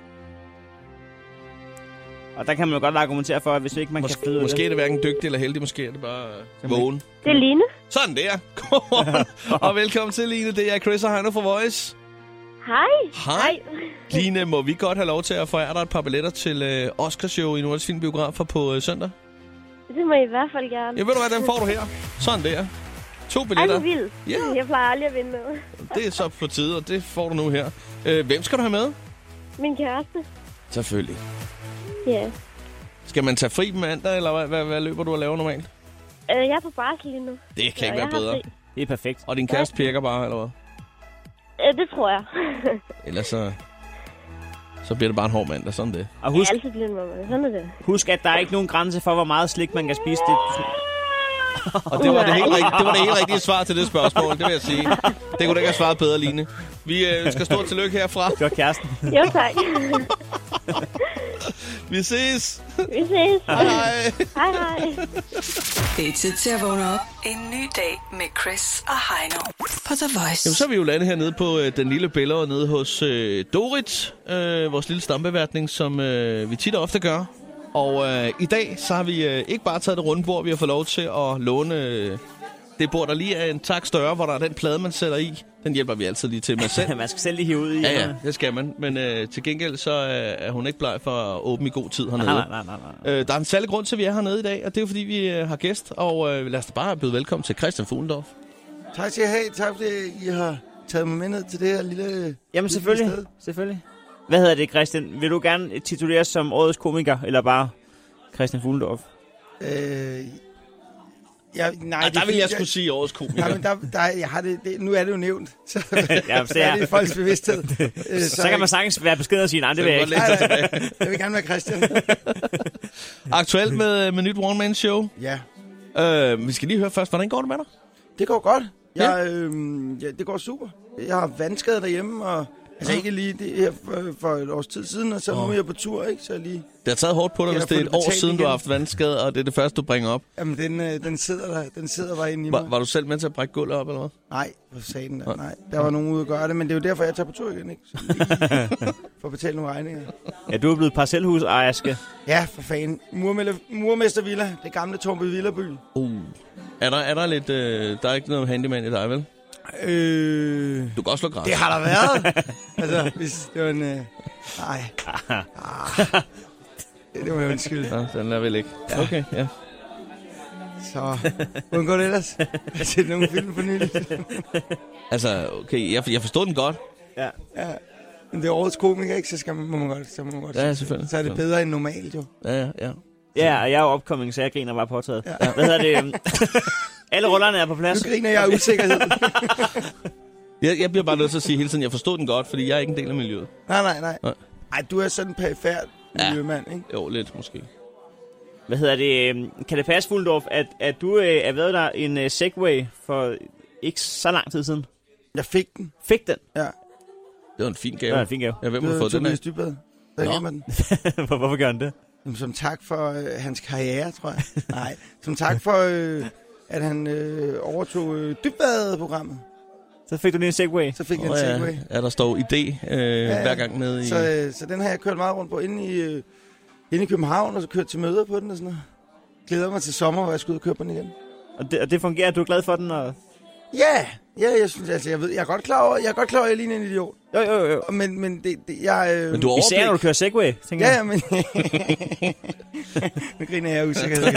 Og der kan man jo godt argumentere for, at hvis ikke man Mås- kan finde ud af Måske det. er det hverken dygtig eller heldig, måske er det bare øh, vågen. Det er Line. Sådan der. Godmorgen. Og velkommen til, Line. Det er Chris og Heino fra Voice. Hej. Hej. Line, må vi godt have lov til at forære dig et par billetter til øh, Oscarshow i Nordisk Filmbiografer på øh, søndag? Det må I i hvert fald gerne. Ja, ved du hvad, den får du her. Sådan der. To billetter. Ej, vildt. Ja. Jeg plejer aldrig at vinde noget. Det er så på tide, og det får du nu her. Øh, hvem skal du have med? Min kæreste. Selvfølgelig. Ja. Skal man tage fri mandag, eller hvad, hvad, hvad løber du og laver normalt? Øh, jeg er på barsel lige nu. Det kan Så ikke jeg være har bedre. fri. Det er perfekt. Og din kæreste pirker bare, eller hvad? Øh, det tror jeg. Ellers så, så bliver det bare en hård mandag, sådan det. Og husk, Jeg er altid blind, mamma. Sådan er det. husk, at der er ikke nogen grænse for, hvor meget slik man kan spise. Det. Og det var det, helt rigtige, det var det helt rigtige svar til det spørgsmål, det vil jeg sige. Det kunne du ikke have svaret bedre, Line. Vi øh, ønsker stort tillykke herfra. Det var kæresten. Jo, tak. Vi ses. Vi ses. Hej, hej. Hej, hej. Det er tid til at vågne op. En ny dag med Chris og Heino på The Voice. Jamen, så er vi jo landet hernede på øh, den lille billede nede hos øh, Dorit, øh, vores lille stambeværtning, som øh, vi tit og ofte gør. Og øh, i dag, så har vi øh, ikke bare taget det runde bord, vi har fået lov til at låne øh, det bord, der lige er en tak større, hvor der er den plade, man sætter i. Den hjælper vi altid lige til med selv. Man skal selv lige hive ud i. Ja, ja, det skal man. Men øh, til gengæld, så øh, er hun ikke bleg for at åbne i god tid hernede. Nej, nej, nej, nej. Øh, der er en særlig grund til, at vi er hernede i dag, og det er fordi, vi øh, har gæst. Og øh, lad os da bare byde velkommen til Christian Fuglendorf. Tak skal I have. Tak fordi I har taget mig med ned til det her lille... Jamen selvfølgelig, sted. selvfølgelig. Hvad hedder det, Christian? Vil du gerne tituleres som årets komiker, eller bare Christian Fuglendorf? Øh... Ja, nej, Ej, det der er vil jeg fordi, skulle sige årets komiker. Nej, men der, der, jeg har det, det, nu er det jo nævnt. Så, Ja, så er det i folks bevidsthed. Øh, Så, så kan man sagtens være beskeden og sige, nej, det vil jeg ikke. Nej, nej, jeg vil gerne være Christian. Aktuelt med, med nyt one-man-show. Ja. Øh, vi skal lige høre først, hvordan går det med dig? Det går godt. Jeg, ja. Øh, ja, det går super. Jeg har vandskade derhjemme, og altså ikke lige det her for, for et års tid siden, og så oh. nu er jeg på tur, ikke? Så lige... Det har taget hårdt på dig, hvis det er et år siden, igen. Du har haft vandskade, og det er det første, du bringer op. Jamen, den, øh, den sidder der. Den sidder bare inde i mig. Var, var du selv med til at brække gulvet op, eller hvad? Nej, for satan der. Nej, der var nogen ude at gøre det, men det er jo derfor, jeg tager på tur igen, ikke? Så lige for at betale nogle regninger. Ja, du er blevet parcelhusejerske. Ja, for fanden. Murmester Villa, det gamle Tornby Villaby. Uh. Er der, er der lidt... Øh, der er ikke noget handyman i dig, vel? Øh... Du kan også slå græs. Det har der været. altså, hvis det var en... Øh... Nej. Ah. Det, det må jeg undskylde. Ja, den er vel ikke. Ja. Okay, ja. Så, hvordan går det ellers? Jeg har set nogle film for nylig. Altså, okay, jeg, jeg forstår den godt. Ja. Ja. Men det er årets komiker, ikke? Så skal man, må man godt, så må man godt. Ja, selvfølgelig. Så er det bedre end normalt, jo. Ja, ja, ja. Ja, og jeg er jo opkoming, så jeg griner bare påtaget. Ja. Hvad hedder det? Alle rullerne er på plads. Nu griner jeg af usikkerhed. jeg, jeg bliver bare nødt til at sige hele tiden, jeg forstod den godt, fordi jeg er ikke en del af miljøet. Nej, nej, nej. Nej, Ej, du er sådan en perifært miljømand, ikke? Jo, lidt måske. Hvad hedder det? Kan det passe, Fuglendorf, at, at du øh, er ved der en uh, Segway for ikke så lang tid siden? Jeg fik den. Fik den? Ja. Det var en fin gave. Det var en fin gave. Ja, hvem har fået den af? Dybvad. Der gav den. Hvorfor gør han det? Som tak for øh, hans karriere, tror jeg. Nej, som tak for, øh, at han øh, overtog øh, Dybvad-programmet. Så fik du lige en Segway. Så fik jeg Åh, en ja. Segway. Ja, der står idé øh, ja, hver gang nede i... Så, øh, så den har jeg kørt meget rundt på inde i, øh, inde i København, og så kørt til møder på den og sådan noget. Glæder mig til sommer, hvor jeg skal ud og køre på den igen. Og det, og det fungerer, du er glad for den? Og... Ja, ja, jeg synes, altså, jeg ved, jeg er godt klar over, jeg er godt klar over, at jeg ligner en idiot. Jo, jo, jo. Men, men det, det jeg... Øh... Men du har Især når du kører Segway, tænker ja, jeg. Ja, men... nu griner jeg usikker.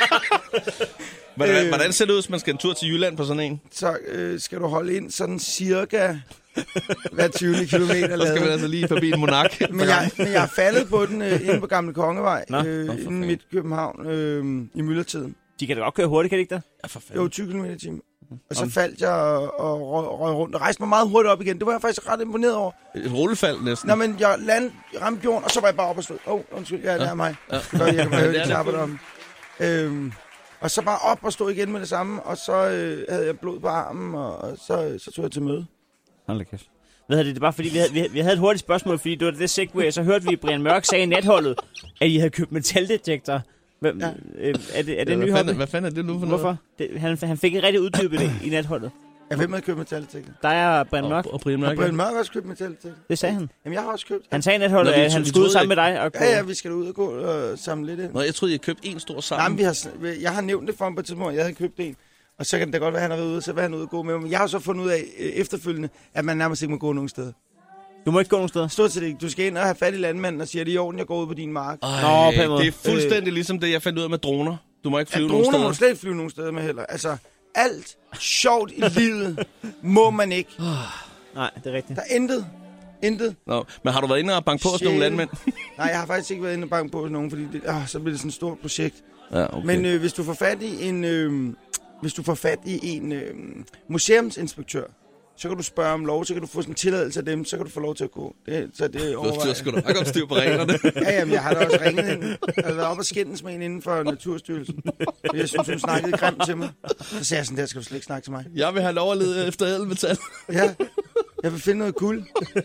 Hvordan, hvordan ser det ud, hvis man skal en tur til Jylland på sådan en? Så øh, skal du holde ind sådan cirka hver tyvende kilometer. Så skal man altså lige forbi en monark. men, jeg, men jeg er faldet på den øh, inde på Gamle Kongevej, Nå, øh, Nå, inde midt i København, øh, i myldretiden. De kan da godt køre hurtigt, kan de ikke der? Ja, for fanden. Jo, tyve kilometer i timen. Og så faldt jeg og, og røg, røg rundt og rejste mig meget hurtigt op igen. Det var jeg faktisk ret imponeret over. Et rullefald næsten. Nå, men jeg landede, ramte jorden, og så var jeg bare op og stod. Åh, oh, undskyld, ja, det er mig. Ja. Så jeg kan bare høre, de klapper derom. Øhm, og så bare op og stå igen med det samme, og så øh, havde jeg blod på armen, og, og så, så tog jeg til møde. Hold da kæft. Hvad hedder det? Det er bare fordi, vi havde, vi, vi havde et hurtigt spørgsmål, fordi det var det Segway, så hørte vi Brian Mørk sagde i Natholdet, at I havde købt metaldetektor. Hvem, ja. øh, er det, er det ja, en ny hvad, hobby? fanden, hvad fanden er det nu for Hvorfor? Det, han, han fik ikke rigtig uddybet det i Natholdet. Ja, hvem havde købt metaldetektor? Der er Brian Mørk. Og, og Brian Mørk. Har Brian Mørk også købt metaldetektor? Det sagde han. Jamen, jeg har også købt. Han sagde i Natholdet, Nå, vi at han tro- vi skulle ud troede sammen med ikke- dig. Og gå. Ja, ja, vi skal ud og gå og samle lidt ind. Nå, jeg troede, I havde købt en stor Nej, sammen. men vi har, jeg har nævnt det for ham på et tidspunkt, jeg havde købt en. Og så kan det da godt være, at han har været ude, så vil han ud og gå med mig. Men jeg har så fundet ud af øh, efterfølgende, at man nærmest ikke må gå nogen steder. Du må ikke gå nogen steder. Stort set ikke. Du skal ind og have fat i landmanden og sige, at det er i orden, jeg går ud på din mark. Ej, Nå, på en måde. det er fuldstændig ligesom det, jeg fandt ud af med droner. Du må ikke flyve Ja, nogen droner steder. må du slet ikke flyve nogen steder med heller. Altså, alt sjovt i livet må man ikke. Nej, det er rigtigt. Der er intet. Intet. Nå, men har du været inde og banke på hos nogle Sjæl. landmænd? Nej, jeg har faktisk ikke været inde og banke på hos nogen, fordi det, øh, så bliver det sådan et stort projekt. Ja, okay. Men øh, hvis du får fat i en, øh, hvis du får fat i en øh, museumsinspektør, så kan du spørge om lov, så kan du få sådan en tilladelse af dem, så kan du få lov til at gå. Det, så det Du har sgu da nok om styr på reglerne. Ja, jamen, jeg har da også ringet ind. Jeg har været oppe og skændes med en inden for Naturstyrelsen. Jeg synes, hun snakkede grimt til mig. Så sagde jeg sådan, der skal du slet ikke snakke til mig. Jeg vil have lov at lede efter ædelmetal. Ja, jeg vil finde noget guld.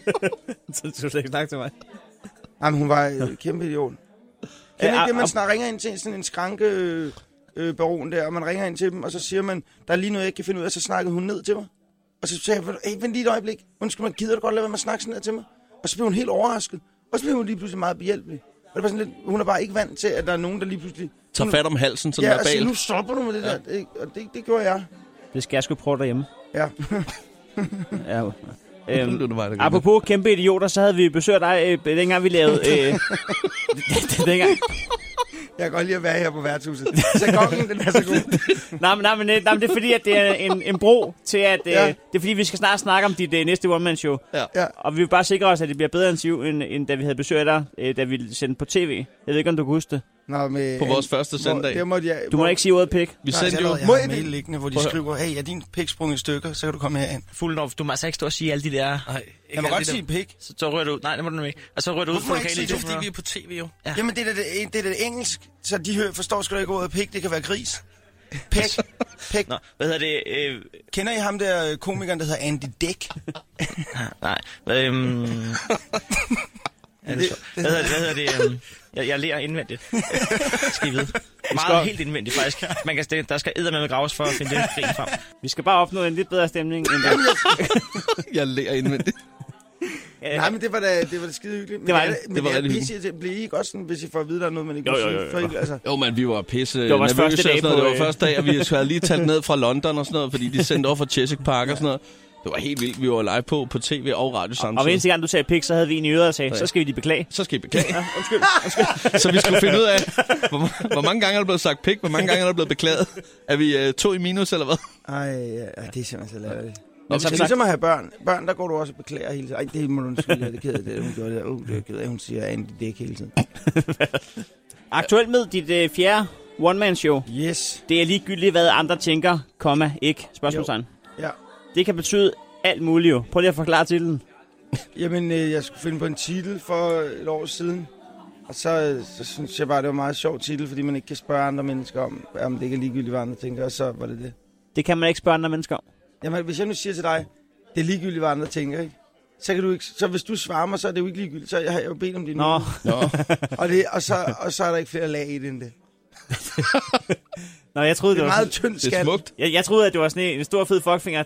Så du skal ikke snakke til mig. Jamen, hun var øh, kæmpe idiot. Kan ikke det, man snart ringer ind til sådan en skranke øh, øh, baron der, og man ringer ind til dem, og så siger man, der er lige noget, jeg ikke kan finde ud af, så snakkede hun ned til mig. Og så sagde jeg, hey, vent lige et øjeblik. Undskyld, man gider du godt lade være med at snakke sådan ned til mig? Og så blev hun helt overrasket. Og så blev hun lige pludselig meget behjælpelig. Og det var sådan lidt, hun er bare ikke vant til, at der er nogen, der lige pludselig... Tag fat om halsen, sådan ja, verbalt. Ja, og siger, nu stopper du med det ja. der. Det, og det, det gjorde jeg. Det skal jeg sgu prøve derhjemme. Ja. Ja. Øhm, det var det apropos kæmpe idioter, så havde vi besøgt dig, øh, dengang vi lavede... Øh, dengang... Jeg kan godt lide at være her på værtshuset. Så kongen, den er så god. nej, men, nej, men, nej, men det er fordi, at det er en, en bro til, at... Øh, ja. Det er fordi, vi skal snart snakke om dit øh, næste one-man-show. Ja. Ja. Og vi vil bare sikre os, at det bliver bedre interview, end, end da vi havde besøgt dig, øh, da vi sendte på tv. Jeg ved ikke, om du kan huske det. Nå, med, på vores første søndag. Det måtte jeg, du må hvor, ikke sige ordet pik. Vi sendte jo... Jeg har en mail liggende, hvor de skriver, hey, er din pik sprunget i stykker, så kan du komme herind. Fuldendorf, du må altså ikke stå og sige alle de der... Nej, jeg må godt sige pik. Så, så rører du ud. Nej, det må du ikke. Og så rører du ud for lokale i to minutter. Fordi vi er på tv jo. Ja. Jamen, det er det, det, er det engelsk, så de hører, forstår sgu da ikke ordet pik. Det kan være gris. Pik. Pik. Nå, hvad hedder det? Øh... Kender I ham der komikeren, der hedder Andy Dick? Nej, øhm... ja, det, hvad, hedder det, hvad hedder det? Um... Jeg, jeg lærer indvendigt. Skal I vide. Meget helt indvendigt, faktisk. Man kan, der skal eddermame graves for at finde den grin frem. Vi skal bare opnå en lidt bedre stemning end det. Jeg lærer indvendigt. Ja. Nej, men det var da, det var da skide hyggeligt. Men det var, det, det, det var rigtig hyggeligt. Det bliver I ikke også sådan, hvis I får at vide, der er noget, man ikke jo, må jo, sige? Jo, jo, jo. Altså. jo, men vi var pisse det var nervøse. Første dag sådan noget. på, det var første dag, og vi havde lige talt ned fra London og sådan noget, fordi de sendte over fra Chesapeake Park og sådan noget. Det var helt vildt. Vi var live på på tv og radio samtidig. Og hver eneste gang, du sagde pik, så havde vi en i øret og sagde, så skal vi lige beklage. Så skal vi beklage. Ja, undskyld, undskyld. Så vi skulle finde ud af, hvor, hvor mange gange er der blevet sagt pik, hvor mange gange er der blevet beklaget. Er vi uh, to i minus, eller hvad? Ej, ja, det er simpelthen så lavligt. Men så ligesom at have børn. Børn, der går du også og beklager hele tiden. Ej, det må du undskylde, det keder det, hun gjorde det. Uh, det er ked af, hun siger Andy Dick hele tiden. Aktuelt med dit øh, fjerde one-man-show. Yes. Det er ligegyldigt, hvad andre tænker, komma, ikke, spørgsmålstegn. Ja. Det kan betyde alt muligt jo. Prøv lige at forklare titlen. Jamen, øh, jeg skulle finde på en titel for et år siden. Og så, så synes jeg bare, det var en meget sjov titel, fordi man ikke kan spørge andre mennesker om, om det ikke er ligegyldigt, hvad andre tænker, og så var det det. Det kan man ikke spørge andre mennesker om. Jamen, hvis jeg nu siger til dig, det er ligegyldigt, hvad andre tænker, ikke? Så, kan du ikke, så hvis du svarer mig, så er det jo ikke ligegyldigt. Så jeg har jeg jo bedt om det nu. Nå. Nå. og, det, og, så, og så er der ikke flere lag i det end det. Nå, jeg troede, det er det var meget tyndt skal. Det er smukt. Jeg, jeg troede, at det var sådan en, en stor fed fuckfinger til,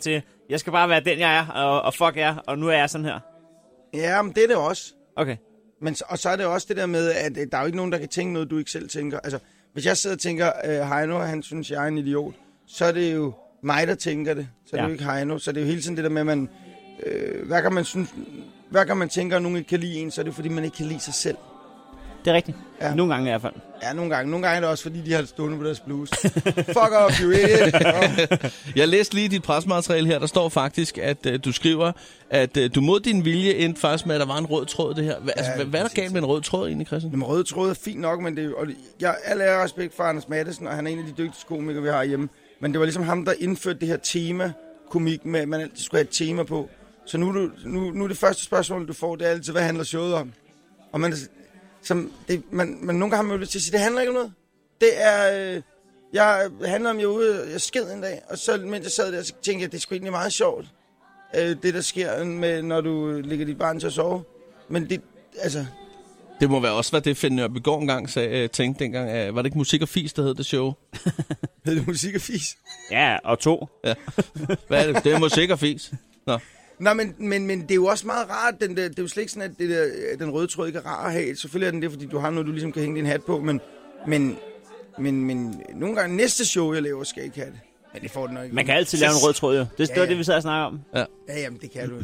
Jeg skal bare være den, jeg er, og, og fuck jer, og nu er jeg sådan her. Ja, men det er det også. Okay. Men, og så er det også det der med, at der er jo ikke nogen, der kan tænke noget, du ikke selv tænker. Altså, hvis jeg sidder og tænker, øh, Heino, han synes, jeg er en idiot, så er det jo mig, der tænker det. Så er det ja. jo ikke Heino. Så er det jo hele tiden det der med, at man, øh, hver gang man synes, hver gang man tænker, at nogen ikke kan lide en, så er det fordi, man ikke kan lide sig selv. Det er rigtigt. Ja. Nogle gange i hvert fald. Ja, nogle gange. Nogle gange er det også, fordi de har stående på deres bluse. Fuck off, you idiot. Oh. Jeg læste lige dit presmateriale her. Der står faktisk, at uh, du skriver, at uh, du mod din vilje endte faktisk med, at der var en rød tråd det her. Hva, ja, altså, hvad, hvad er der galt med en rød tråd egentlig, Christian? Jamen, rød tråd er fint nok, men det er, og jeg alle er respekt for Anders Mattesen, og han er en af de dygtigste komikere, vi har hjemme. Men det var ligesom ham, der indførte det her tema-komik med, at man altid skulle have et tema på. Så nu, du, nu, nu det første spørgsmål, du får, det er altid, hvad handler showet om? Og man, som, det, man, man nogle gange har man jo lyst til at sige, det handler ikke om noget. Det er, øh, jeg handler om, jeg ude, jeg sked en dag, og så mens jeg sad der, så tænkte jeg, det er sgu egentlig meget sjovt, øh, det der sker, med, når du lægger dit barn til at sove. Men det, altså... Det må være også være det, Finn Nørbegaard engang sagde, tænkte dengang. Uh, var det ikke Musik og Fis, der hed det show? Hed det Musik og Fis? Ja, og to. Ja. Hvad er det? Det er Musik og Fis. Nå. Nå, men, men, men det er jo også meget rart. Den der, det er jo slet ikke sådan, at det der, den røde tråd ikke er rar at have. Selvfølgelig er den det, fordi du har noget, du ligesom kan hænge din hat på. Men, men, men, men nogle gange næste show, jeg laver, skal ikke have det. Men det får den nok ikke. Man kan altid lave en rød tråd, jo. Det er ja, ja. det, vi sidder og snakker om. Ja, ja jamen, det kan du.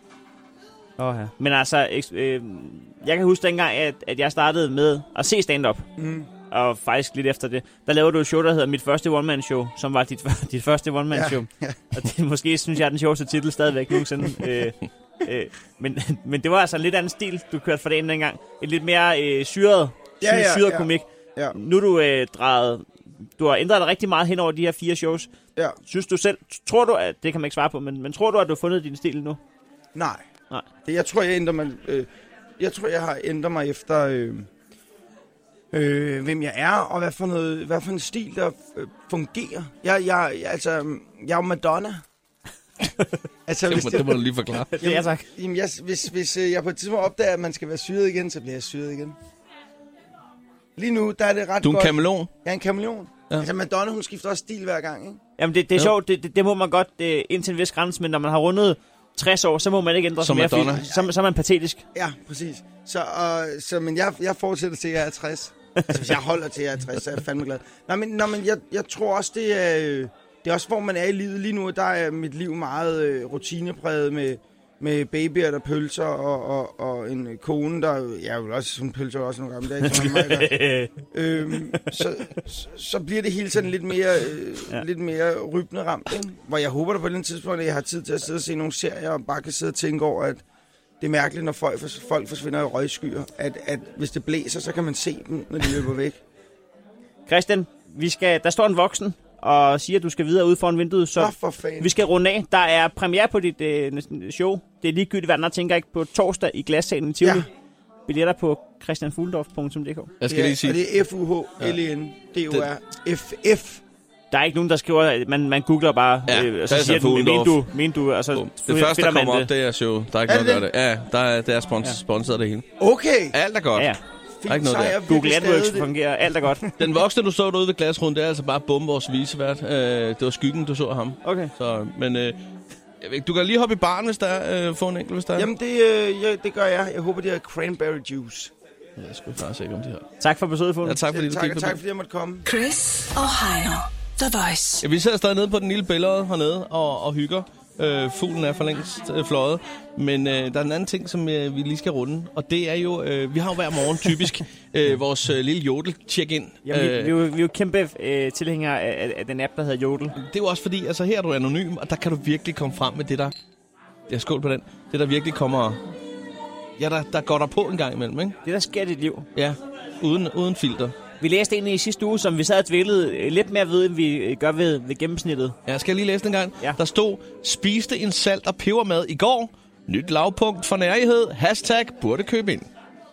Oh, ja. Men altså, øh, jeg kan huske dengang, at, at jeg startede med at se stand-up. Mm. Og faktisk lidt efter det. Der lavede du et show, der hedder Mit Første One-Man-Show, som var dit, dit første One-Man-show. Ja, ja. Og det måske synes jeg er den sjoveste titel stadigvæk nogensinde. øh, øh, men, men det var altså en lidt anden stil, du kørte for dagen dengang. En lidt mere øh, syret, ja, ja, syret ja. komik. Ja. Nu er du øh, drejet... Du har ændret dig rigtig meget hen over de her fire shows. Ja. Synes du selv... Tror du, at... Det kan man ikke svare på, men, men tror du, at du har fundet din stil nu? Nej. Nej. Det, jeg tror, jeg ændrer mig... Øh, jeg tror, jeg har ændret mig efter... Øh, øh, hvem jeg er, og hvad for, noget, hvad for en stil, der øh, fungerer. Jeg, jeg, jeg, altså, jeg er jo Madonna. altså, det, må, det må du lige forklare. Jamen, ja, tak. Jamen, jeg, hvis, hvis øh, jeg på et tidspunkt opdager, at man skal være syret igen, så bliver jeg syret igen. Lige nu, der er det ret godt. Du er en kameleon? Jeg er en kameleon. Ja. Altså, Madonna, hun skifter også stil hver gang, ikke? Jamen, det, det er ja. sjovt. Det, det, det må man godt det, indtil en vis grænse, men når man har rundet tres år, så må man ikke ændre sig mere, fordi, så, så er man patetisk. Ja, præcis. Så, uh, så men jeg, jeg fortsætter til, at jeg er tres. Altså, hvis jeg holder til, at jeg er tres, så er jeg fandme glad. Nå, men, nå, men jeg, jeg tror også, det er, det er også, hvor man er i livet. Lige nu, der er mit liv meget øh, rutinepræget med, med babyer, der pølser, og, og, og en kone, der... Jeg vil også, hun pølser også nogle gange, det er ikke så meget, øhm, så, så, så bliver det hele sådan lidt mere, øh, ja. lidt mere rybende ramt, ikke? Hvor jeg håber, at på den tidspunkt, at jeg har tid til at sidde og se nogle serier, og bare kan sidde og tænke over, at det er mærkeligt, når folk, folk forsvinder i røgskyer, at, at hvis det blæser, så kan man se dem, når de løber væk. Christian, vi skal, der står en voksen og siger, at du skal videre ud foran vinduet, så for fanden. Vi skal runde af. Der er premiere på dit øh, show. Det er ligegyldigt, hvad der tænker ikke på torsdag i Glassalen i Tivoli. Ja. Billetter på christian fuglendorf punktum d k. Jeg skal ja, lige sige. Og det er F U H L E N D O R F F. Der er ikke nogen, der skriver, man, man googler bare, ja, øh, og så siger den, men du, men du, og så oh. Det første, der kommer op, det. det er show. Der er ikke er noget, der gør det. Ja, der er, det er spons- ja. sponsoret det hele. Okay. Alt er godt. Ja, ja. Der er ikke noget der. Google AdWords fungerer, alt er godt. Den voksne, du så derude ved glasrunden, det er altså bare Bum, vores visevært. Øh, det var Skyggen, du så ham. Okay. Så, men øh, du kan lige hoppe i baren, hvis der er, øh, få en enkelt, hvis der er. Jamen, det, øh, ja, det gør jeg. Jeg håber, de har cranberry juice. Jeg skal bare se, om de har. Tak for besøget, Fuglendorf. Ja, tak fordi ja, du tak, kiggede tak, på fordi jeg måtte komme. Chris og Heino, The Voice. Ja, vi sidder stadig nede på den lille billede hernede og, og hygger. Øh, fuglen er for længst øh, fløjet. Men øh, der er en anden ting, som øh, vi lige skal runde. Og det er jo, øh, vi har jo hver morgen typisk øh, vores øh, lille Jodel-check-in. Ja, vi, øh, vi, vi, vi er jo kæmpe øh, tilhængere af, af den app, der hedder Jodel. Det er jo også fordi, altså her er du anonym, og der kan du virkelig komme frem med det der... Ja, skål på den. Det der virkelig kommer... Ja, der, der går der på en gang imellem, ikke? Det der sker i dit liv. Ja, uden, uden filter. Vi læste en i sidste uge, som vi sad og dvælede lidt mere ved, end vi gør ved, ved gennemsnittet. Ja, skal jeg lige læse den en gang? Ja. Der stod, spiste en salt- og pebermad i går. Nyt lavpunkt for nærighed. Hashtag burde købe ind.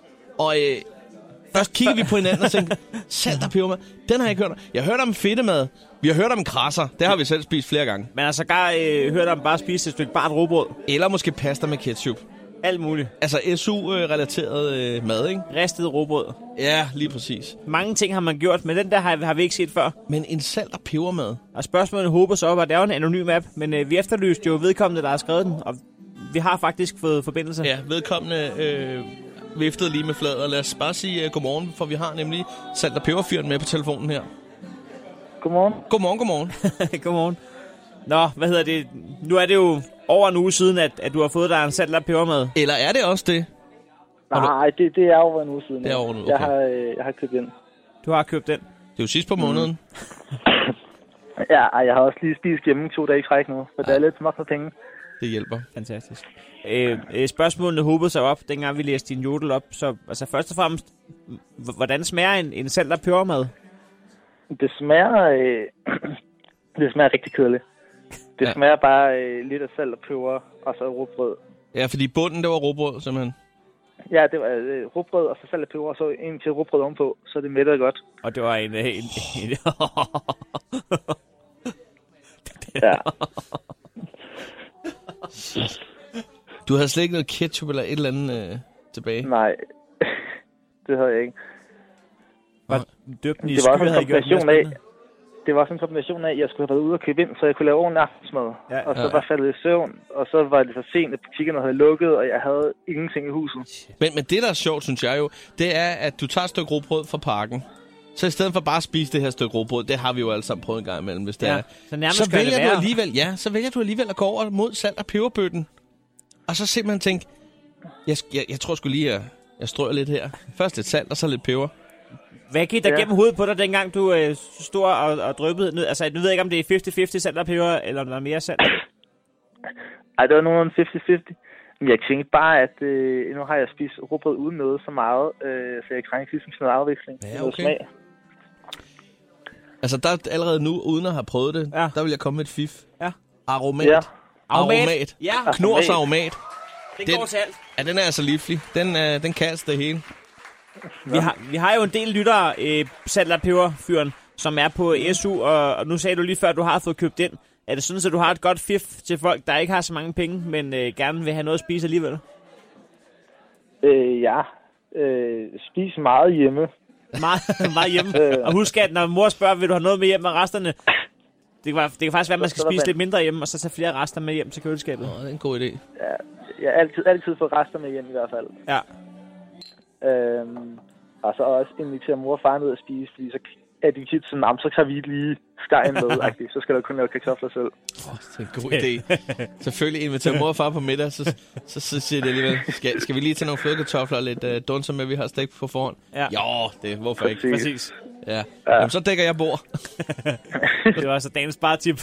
Og øh, først kigger vi på hinanden og tænker, salt- og pebermad, den har jeg ikke hørt om. Jeg har hørt om fedtemad. Vi har hørt om krasser. Det har vi selv spist flere gange. Men altså, gar øh, hørt om bare spise et stykke bart rugbrød. Eller måske pasta med ketchup. Alt muligt. Altså S U-relateret øh, mad, ikke? Ristet rugbrød. Ja, lige præcis. Mange ting har man gjort, men den der har, har vi ikke set før. Men en salt- og pebermad. Og spørgsmålet håber så op, at det er jo en anonym app, men øh, vi efterlyste jo vedkommende, der har skrevet den, og vi har faktisk fået forbindelse. Ja, vedkommende øh, viftede lige med fladet, og lad os bare sige uh, godmorgen, for vi har nemlig salt- og peberfyren med på telefonen her. Godmorgen. Godmorgen, godmorgen. Godmorgen. Nå, hvad hedder det? Nu er det jo over en uge siden, at, at du har fået dig en salt- og pebermad. Eller er det også det? Nej, det, det er over en uge siden. Det er over en uge, okay. Jeg har, øh, jeg har købt den. Du har købt den? Det er jo sidst på måneden. Mm. ja, ej, jeg har også lige spist hjemme to dage i træk nu, for ja. Der er lidt småt med penge. Det hjælper. Fantastisk. Øh, øh, spørgsmålene hobede sig op, dengang vi læste din jodel op. Så altså, først og fremmest, h- hvordan smager en, en salt- og pebermad? Det smager, øh, det smager rigtig kedeligt. Det ja. smager bare øh, lidt af salt og peber, og så rugbrød. Ja, fordi bunden, det var rugbrød, simpelthen. Ja, det var øh, rugbrød, og så salt og peber, og så en til rugbrød ovenpå, så det mættede godt. Og det var en... en, en, en ja. Du havde slet ikke noget ketchup eller et eller andet øh, tilbage? Nej, det havde jeg ikke. Var døbt den i det var også en kombination af, det var også en kombination af, at jeg skulle have været ude og købe ind, så jeg kunne lave ordentlig aftensmad. Ja, og så ja. var faldet i søvn, og så var det så sent, at butikkerne havde lukket, og jeg havde ingenting i huset. Men, men det, der er sjovt, synes jeg jo, det er, at du tager et stykke rugbrød fra pakken. Så i stedet for bare at spise det her stykke rugbrød, det har vi jo alle sammen prøvet en gang imellem, hvis det ja, er. Så, så vælger du alligevel, ja, så vælger du alligevel at gå over mod salt- og peberbøtten. Og så simpelthen tænke, jeg, jeg, jeg tror sgu lige, at jeg strøger lidt her. Først lidt salt, og så lidt peber. Hvad gik der ja. gennem hovedet på dig, dengang du øh, stod og, og dryppede ned? Altså, nu ved jeg ikke, om det er halvtreds halvtreds salt og peber, eller om der er mere salt. Ej, det var nogenlunde halvtreds halvtreds. Men jeg tænkte bare, at øh, nu har jeg spist rugbrød uden noget så meget, øh, så jeg trænger ligesom sådan noget afveksling. Ja, noget okay. smag. Altså, der allerede nu, uden at have prøvet det, ja. der vil jeg komme med et fif. Ja. Aromat. Ja. Aromat. Aromat. Ja. Knors aromat. Den, den går til alt. Ja, den er altså livlig. Den, øh, den kan altså det hele. Vi har, vi har jo en del lyttere, øh, salt- og peberfyren, som er på S U, og, og nu sagde du lige før, at du har fået købt ind. Er det sådan, at du har et godt fif til folk, der ikke har så mange penge, men øh, gerne vil have noget at spise alligevel? Øh, ja. Øh, spis meget hjemme. Meget, meget hjemme. Og husk, at når mor spørger, vil du have noget med hjem af resterne? Det kan, det kan faktisk være, at man skal spise lidt mindre hjemme, og så tage flere rester med hjem til køleskabet. Åh, det er en god idé. Ja, jeg har altid, altid fået rester med hjem i hvert fald. Ja. Øhm, og så også invitere mor og far ned at spise, fordi så er de tit sådan, så kan vi lige skære med, så skal der kun lave kartofler selv. Åh, oh, det er en god idé. Selvfølgelig invitere mor og far på middag, så, så, så siger det alligevel, skal, skal vi lige tage nogle flødekartofler og lidt uh, dunser med, vi har stegt på forhånd? Ja. Jo, det hvorfor ikke? Præcis. Ja. Ja. Jamen, så dækker jeg bord. Det var altså dagens spartip.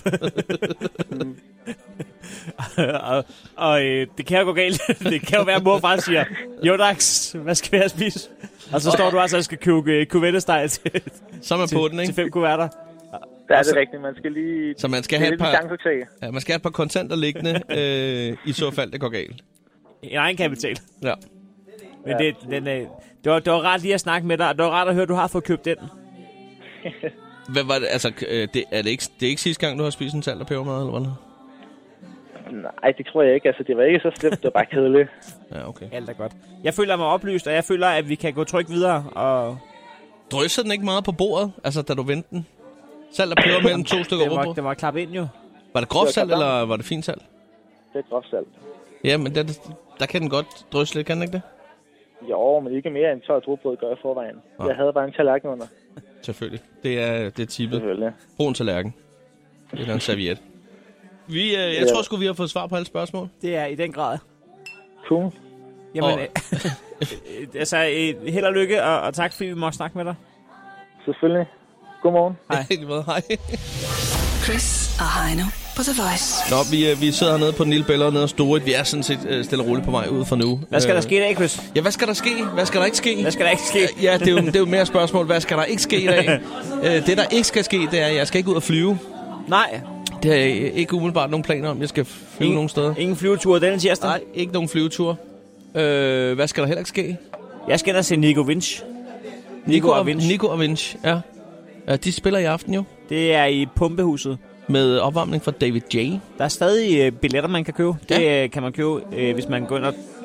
og og øh, det kan jo gå galt. Det kan jo være, at mor bare siger, jo dags, hvad skal vi have at spise? Og så står du altså og skal købe kuvertesteg til, så er på den, ikke? til fem kuverter. Det er det rigtigt, man skal lige... Så man skal have et par, ja, man skal have et par kontanter liggende, øh, i så fald det går galt. En egen kapital. Ja. Men det, den, øh, det, var, det var rart lige at snakke med dig, og det var rart at høre, at du har fået købt den. Hvad var det, altså, det, er det ikke, det er ikke sidste gang, du har spist en salt- og pebermad, eller hvad? Nej, det tror jeg ikke. Altså, det var ikke så slemt, det var bare kedeligt. Ja, okay. Alt er godt. Jeg føler mig oplyst, og jeg føler, at vi kan gå trygt videre, og... Drysser den ikke meget på bordet, altså, da du vendte den? Salt og peber mellem to stykker rugbrød? Det var, var klappet ind, jo. Var det groft salt, eller var det fint salt? Det er groft salt. Ja, men der, der kan den godt drysse lidt, kan den ikke det? Jo, men ikke mere end tørt rugbrød gør jeg forvejen. Ja. Jeg havde bare en tallerken under. Selvfølgelig. Det er, det er tippet. Brug en tallerken. Det er en serviet. Vi, øh, jeg ja. tror sgu, vi har fået svar på alle spørgsmål. Det er i den grad. Cool. Jamen, og... øh, altså, øh, held og lykke, og, og tak, fordi vi må snakke med dig. Selvfølgelig. Godmorgen. Hej. Hej. Chris og Heino på The Voice. Nå, vi, vi sidder hernede på den lille bæller nede og Storit. Vi er sådan set øh, stille og roligt på vej ud fra nu. Hvad skal der ske i dag, Chris? Ja, hvad skal der ske? Hvad skal der ikke ske? Hvad skal der ikke ske? Ja, det er jo, det er jo mere spørgsmål. Hvad skal der ikke ske i dag? øh, det, der ikke skal ske, det er, at jeg skal ikke ud og flyve. Nej. Det har jeg ikke umiddelbart nogen planer om. Jeg skal flyve ingen, nogen steder. Ingen flyvetur denne tirsdag? Nej, ikke nogen flyvetur. Øh, hvad skal der heller ikke ske? Jeg skal da se Nico Vinch. Nico, Nico og Vinch. Nico og Vinch, ja. ja. De spiller i aften jo. Det er i Pumpehuset. Med opvarmning fra David J. Der er stadig øh, billetter, man kan købe. Det ja. øh, kan man købe, øh, hvis man går ind og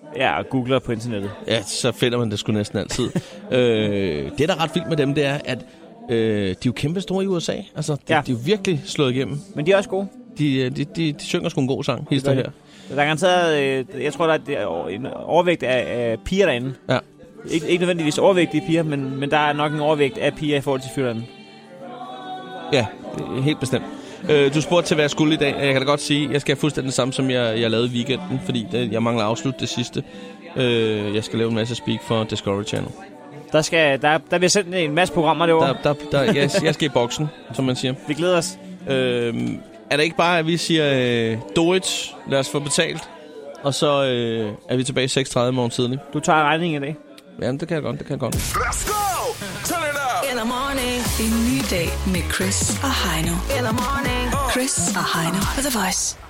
Ja, og googler på internettet. Ja, så finder man det sgu næsten altid. øh, det, der er ret vildt med dem, det er, at øh, de er jo kæmpe store i U S A. Altså, de, ja. de er jo virkelig slået igennem. Men de er også gode. De, de, de, de synger sgu en god sang, hister her. Der er garanteret, øh, jeg tror, der er en overvægt af, af piger derinde. Ja. Ik- ikke nødvendigvis overvægtige piger, men, men der er nok en overvægt af piger i forhold til fyrterne. Ja, helt bestemt. Øh, du spurgte til, hvad jeg skulle i dag. Jeg kan da godt sige, at jeg skal have fuldstændig det samme, som jeg, jeg lavede i weekenden, fordi det, jeg mangler at afslutte det sidste. Øh, jeg skal lave en masse speak for Discovery Channel. Der, skal, der, der bliver sendt en masse programmer derovre. Der, der, der, jeg, jeg skal i boksen, som man siger. Vi glæder os. Øh, er det ikke bare, at vi siger, øh, do it, lad os få betalt, og så øh, er vi tilbage seks tredive morgen tidlig. Du tager regningen i dag? Ja, det kan jeg godt, det kan jeg godt. Let's go! Turn it up! In the morning. En ny dag med Chris og Heino. In the morning. Chris og Heino på The Voice.